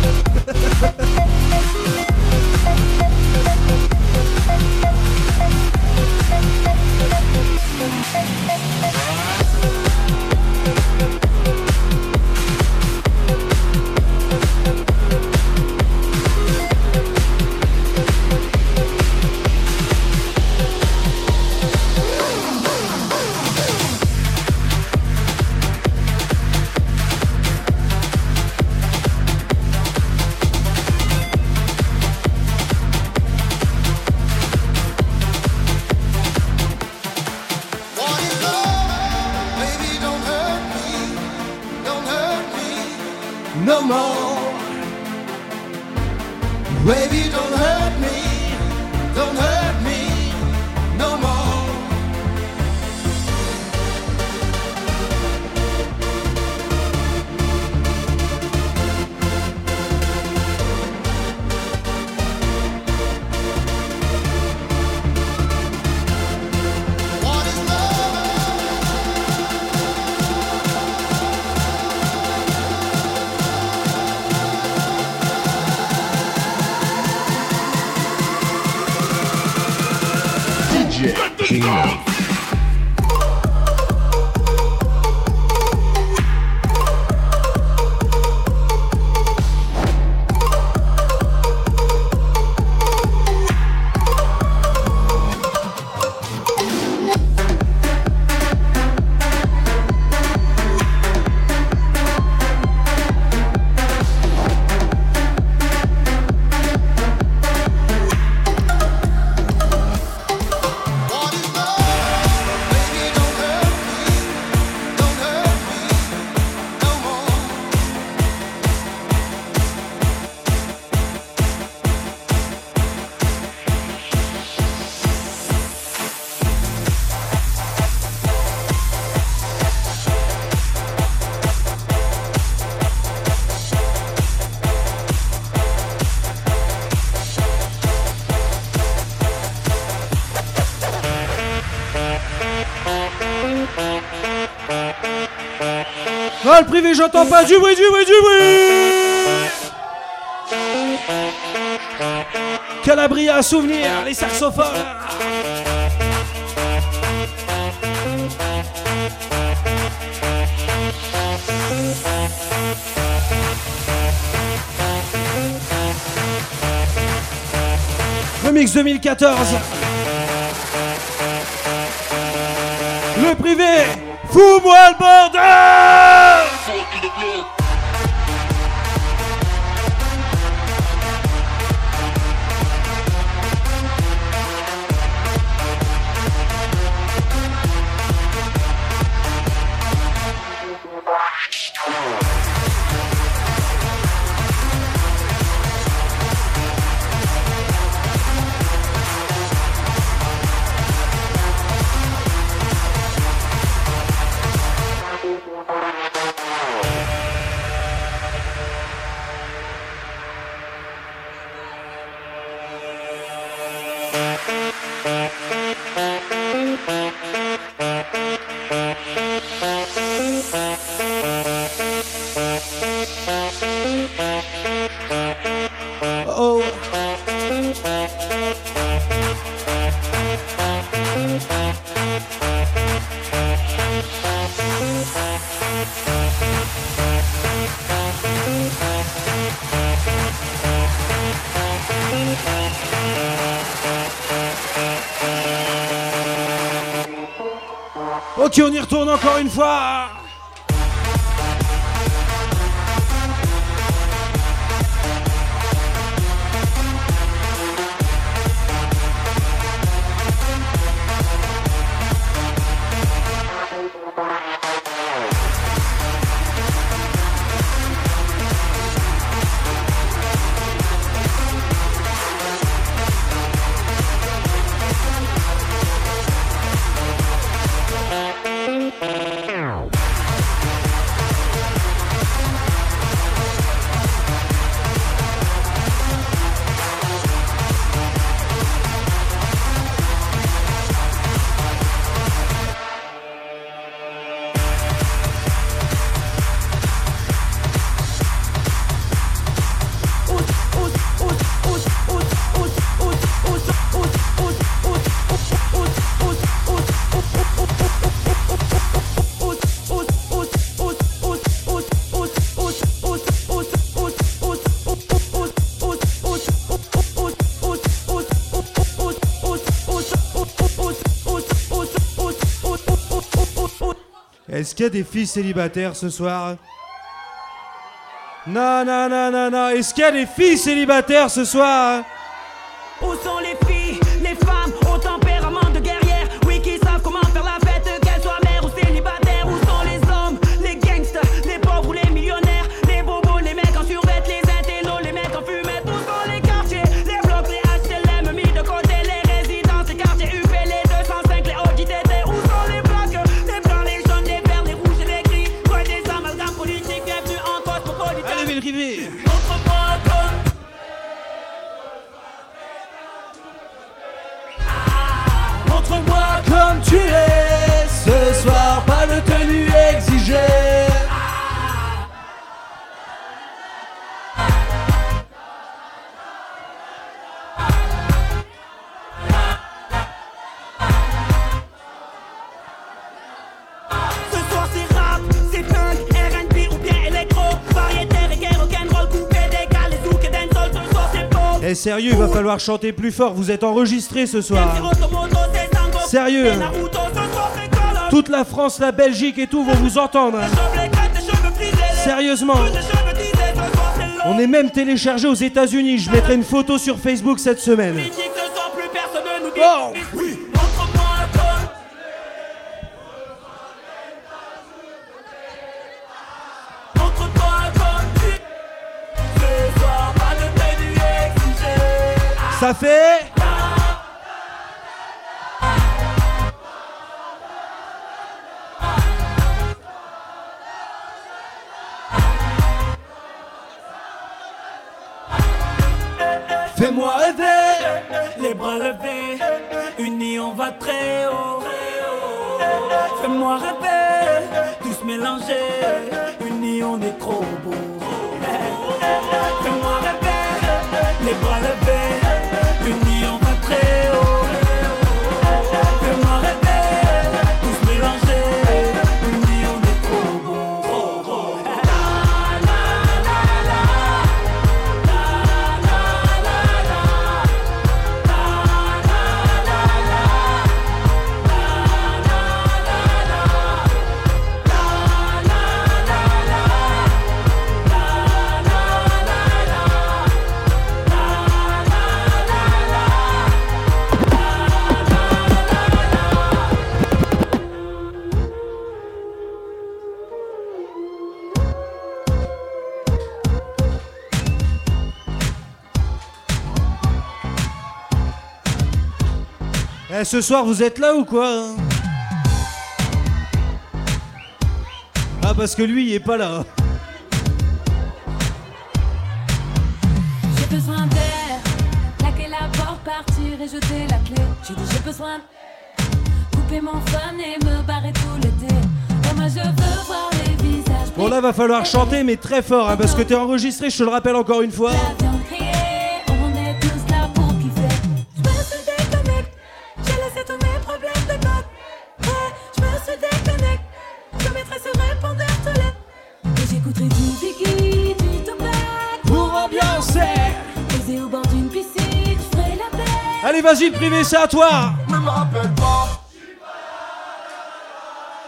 No more. Baby, don't hurt me. Don't hurt me. No more. What is Gino. Ah, le privé, j'entends pas. Du bruit, du bruit, du bruit. Calabria, souvenir, les saxophones. Remix 2014. Le privé, fous-moi le bordel. Ok, on y retourne encore une fois. Est-ce qu'il y a des filles célibataires ce soir? Non, non, non, non, non. Est-ce qu'il y a des filles célibataires ce soir? Où sont les filles, les femmes au tempérament de guerrière? Oui, qui savent comment faire la fête, qu'elles soient mères ou célibataires. Où sont les hommes, les gangsters, les pauvres ou les millionnaires? Les bobos, les mecs en survêt, les intellos, les mecs en fumette. Où sont les quartiers, les blocs, les HLM mis de côté, les résidences, les quartiers UP, les 205, les OJTT. Où sont les blocs, les blancs, les jaunes, les verts, les rouges et les gris? Quoi des amalgames politiques, bienvenue en cosmopolitain. Allez, Villerivé. Montre-moi comme Montre-moi comme tu es. Ce soir, pas de tenue exigée. ce soir c'est rap, c'est funk, R&B ou bien électro. Variété, reggae, rock'n'roll, coupé, décal, les zouk et dancehall. Ce soir c'est pop. Eh sérieux, il va falloir chanter plus fort. Vous êtes enregistrés ce soir. Sérieux. Toute la France, la Belgique et tout vont vous entendre. Sérieusement. On est même téléchargé aux États-Unis. Je mettrai une photo sur Facebook cette semaine. Bon. Ça fait... Fais-moi rêver, les bras levés, unis on va très haut. Fais-moi rêver, tous mélangés, unis on est trop beau. Fais-moi rêver, les bras levés, unis on va très haut. Fais-moi rêver, tous mélangés, unis on est trop beau. Eh, ce soir, vous êtes là ou quoi? Ah, parce que lui, il est pas là. J'ai besoin d'air, claquer la porte, partir et jeter la clé. J'ai dit j'ai besoin de couper mon fun et me barrer tout l'été. Et moi je veux voir les visages. Bon, là, va falloir chanter, mais très fort, hein, parce que t'es enregistré, je te le rappelle encore une fois. La viande criée, on est tous là pour kiffer. Je me suis déconnecté, j'ai laissé tous mes problèmes de côté. Ouais, je me suis déconnecté, je mettrai sur répondeur tous les. Et j'écouterai du Biggie, du Tupac. Pour ambiancer. Posé au bord d'une piscine, je ferai la paix. Allez, vas-y, le privé, c'est à toi. Ne m'appelle pas.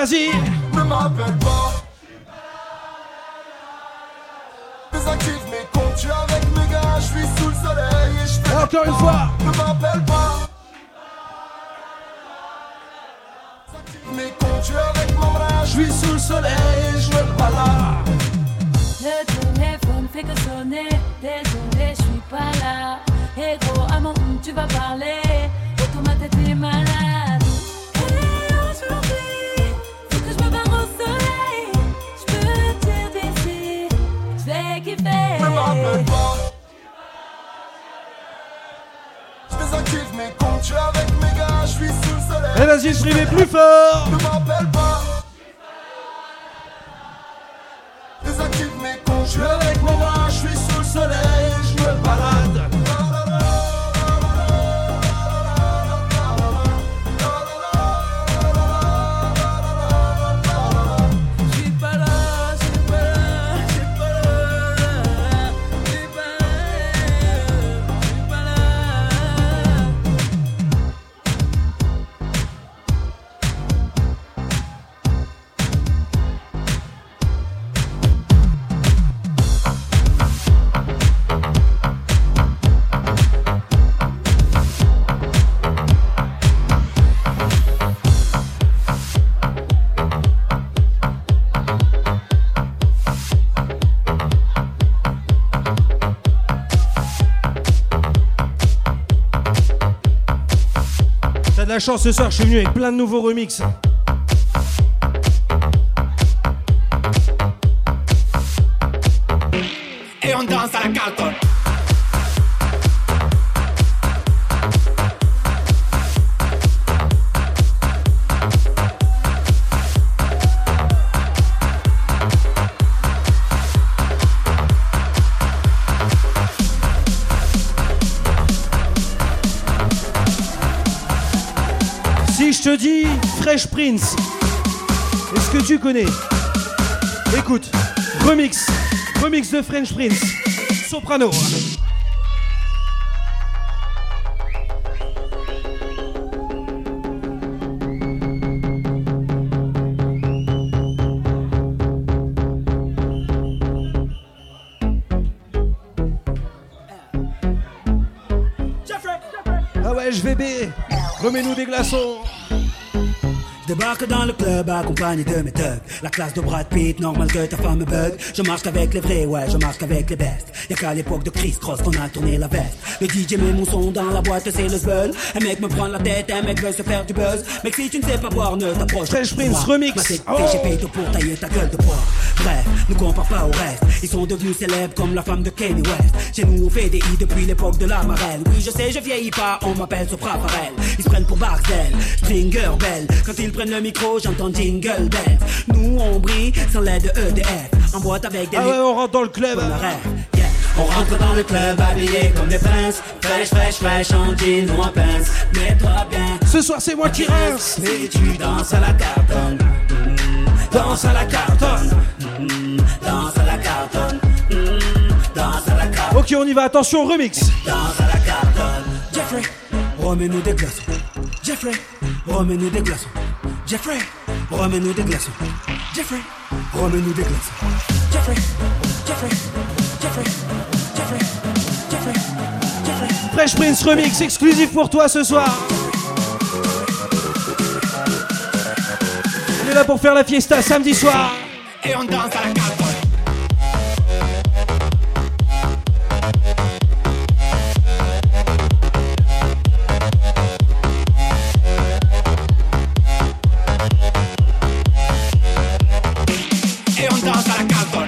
vas-y. Ne m'appelle pas. Désactive mes comptes, tu es avec mes gars, je suis sous le soleil et je fais. Encore une fois. Ne m'appelle pas. Désactive mes comptes, tu es avec mon bras, je suis sous le soleil et je me balade. Le téléphone fait que sonner. Désolé, je suis pas là. Et gros, à mon tu vas parler. Autour ma tête est malade. Et aujourd'hui, faut que je me barre au soleil. Je peux te dire d'ici, je vais kiffer. Ne m'appelle pas. Je désactive mes comptes, tu es avec mes gars, je suis sous le soleil. Et vas-y, streamez plus fort. Ne m'appelle pas. Désactive mes comptes, je suis avec mon bras, je suis sous le soleil, je me balade. T'as de la chance ce soir, je suis venu avec plein de nouveaux remixes. Et on danse à la Carlton. Si je te dis Fresh Prince, est-ce que tu connais? Écoute, remix de Fresh Prince, soprano. Ah ouais, je vais B, remets-nous des glaçons. Je débarque dans le club accompagné de mes thugs. La classe de Brad Pitt, normal que ta femme me bug. Je marche qu'avec les vrais, ouais, je marche qu'avec les bestes. Y'a qu'à l'époque de Chris Cross qu'on a tourné la veste. Le DJ met mon son dans la boîte, c'est le zbeul. Un mec me prend la tête, un mec veut se faire du buzz. Mec, si tu ne sais pas boire, ne t'approche pas. Fresh Prince remix. J'ai payé pour tailler ta gueule de bois. Bref, ne compare pas au reste. Ils sont devenus célèbres comme la femme de Kanye West. Chez nous on fait des i depuis l'époque de la marelle. Oui, je sais, je vieillis pas, on m'appelle Sopra Farel. Ils se prennent pour Barcel, Stringer Bell. Quand ils prennent le micro, j'entends Jingle Bell. Nous on brille sans l'aide de EDF. En boîte avec des Ah ouais, on rentre dans le club. Yeah. On rentre dans le club habillé comme des princes. Fresh, fresh, fresh, en jean ou en pince. Mets-toi bien. Ce soir c'est moi qui rince. Et tu danses à la cartonne. Danse à la cartonne. Danse à la cartonne. Danse à la cartonne. Ok, on y va, attention, remix. Danse à la cartonne. Jeffrey, remets-nous des glaçons. Jeffrey, remets-nous des glaçons. Jeffrey, remets-nous des glaçons. Jeffrey, remets-nous des glaçons. Jeffrey, Jeffrey, Jeffrey, Jeffrey, Jeffrey, Jeffrey. Fresh Prince remix exclusif pour toi ce soir. On est là pour faire la fiesta samedi soir. Et on danse à la Carlton. Et on danse à la Carlton.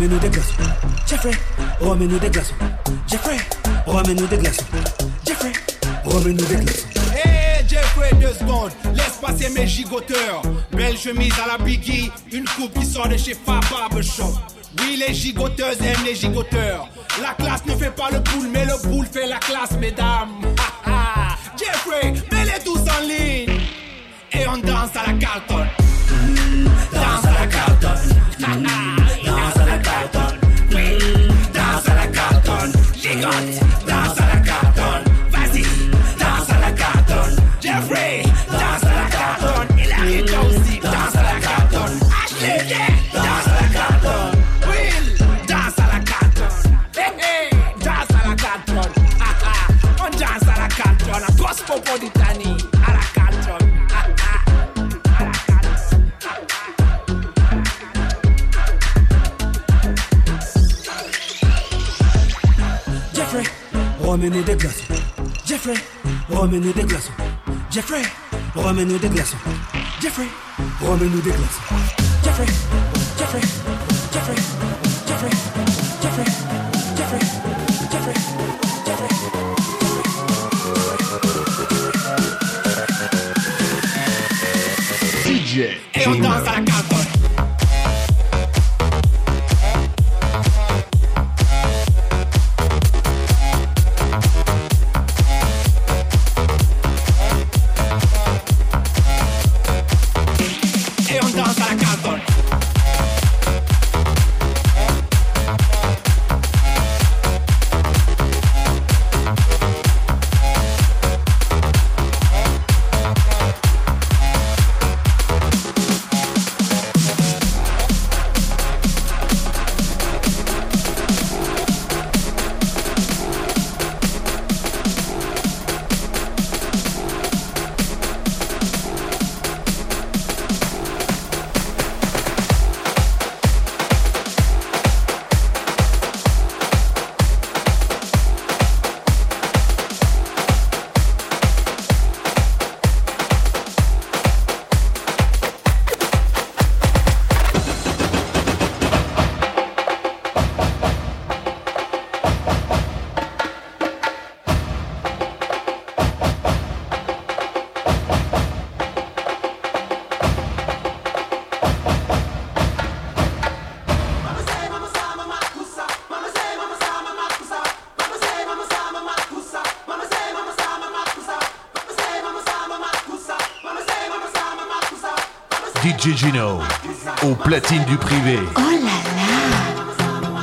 remets-nous des glaçons. Jeffrey, remets-nous des glaçons. Jeffrey, remets-nous des glaçons. Jeffrey, remets-nous des glaçons. Hey Jeffrey, 2 secondes, laisse passer mes gigoteurs. Belle chemise à la Biggie, une coupe qui sort de chez Fab Barbershop. Oui, les gigoteuses aiment les gigoteurs. La classe ne fait pas le boule, mais le boule fait la classe, mesdames. Jeffrey, mets-les tous en ligne. Et on danse à la Carlton. Danse à la Carlton. Danse à la Carlton. Oui, danse à la Carlton. Gigote, danse à la Carlton. Vas-y, danse à la Carlton. Jeffrey, danse à la Carlton. Il arrive toi aussi, danse à la Carlton. Ashley, danse à la Carlton. Will, danse à la Carlton. Hey, hey, danse à la Carlton. On danse à la Carlton. A Cosmopolitanie à la Carlton. Jeffrey, remets-nous des glaçons. Jeffrey, remets-nous des glaçons. Jeffrey, remets-nous des glaçons. Jeffrey, remets-nous des glaçons. Jeffrey, Jeffrey, Jeffrey, Jeffrey, Jeffrey, Jeffrey, Jeffrey, Jeffrey. DJ Et on danse à la Carlton. Et on danse à la Carlton. DJ Gino, au platine du privé. Oh là là.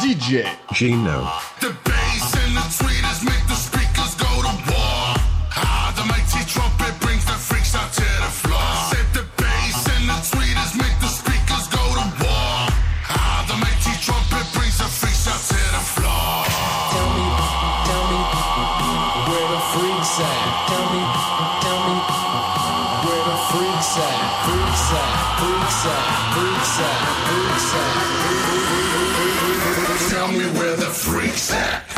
DJ Gino. The bass and the tweeters make the speakers go to war. Ah, the mighty trumpet brings the freaks out to the floor. Said the bass and the tweeters make the speakers go to war. Ah, the mighty trumpet brings the freaks out to the floor. Tell me where the freaks at. Tell me where the freaks at. Freaks at, freaks at, freaks at, freaks at. Tell me where the freaks at.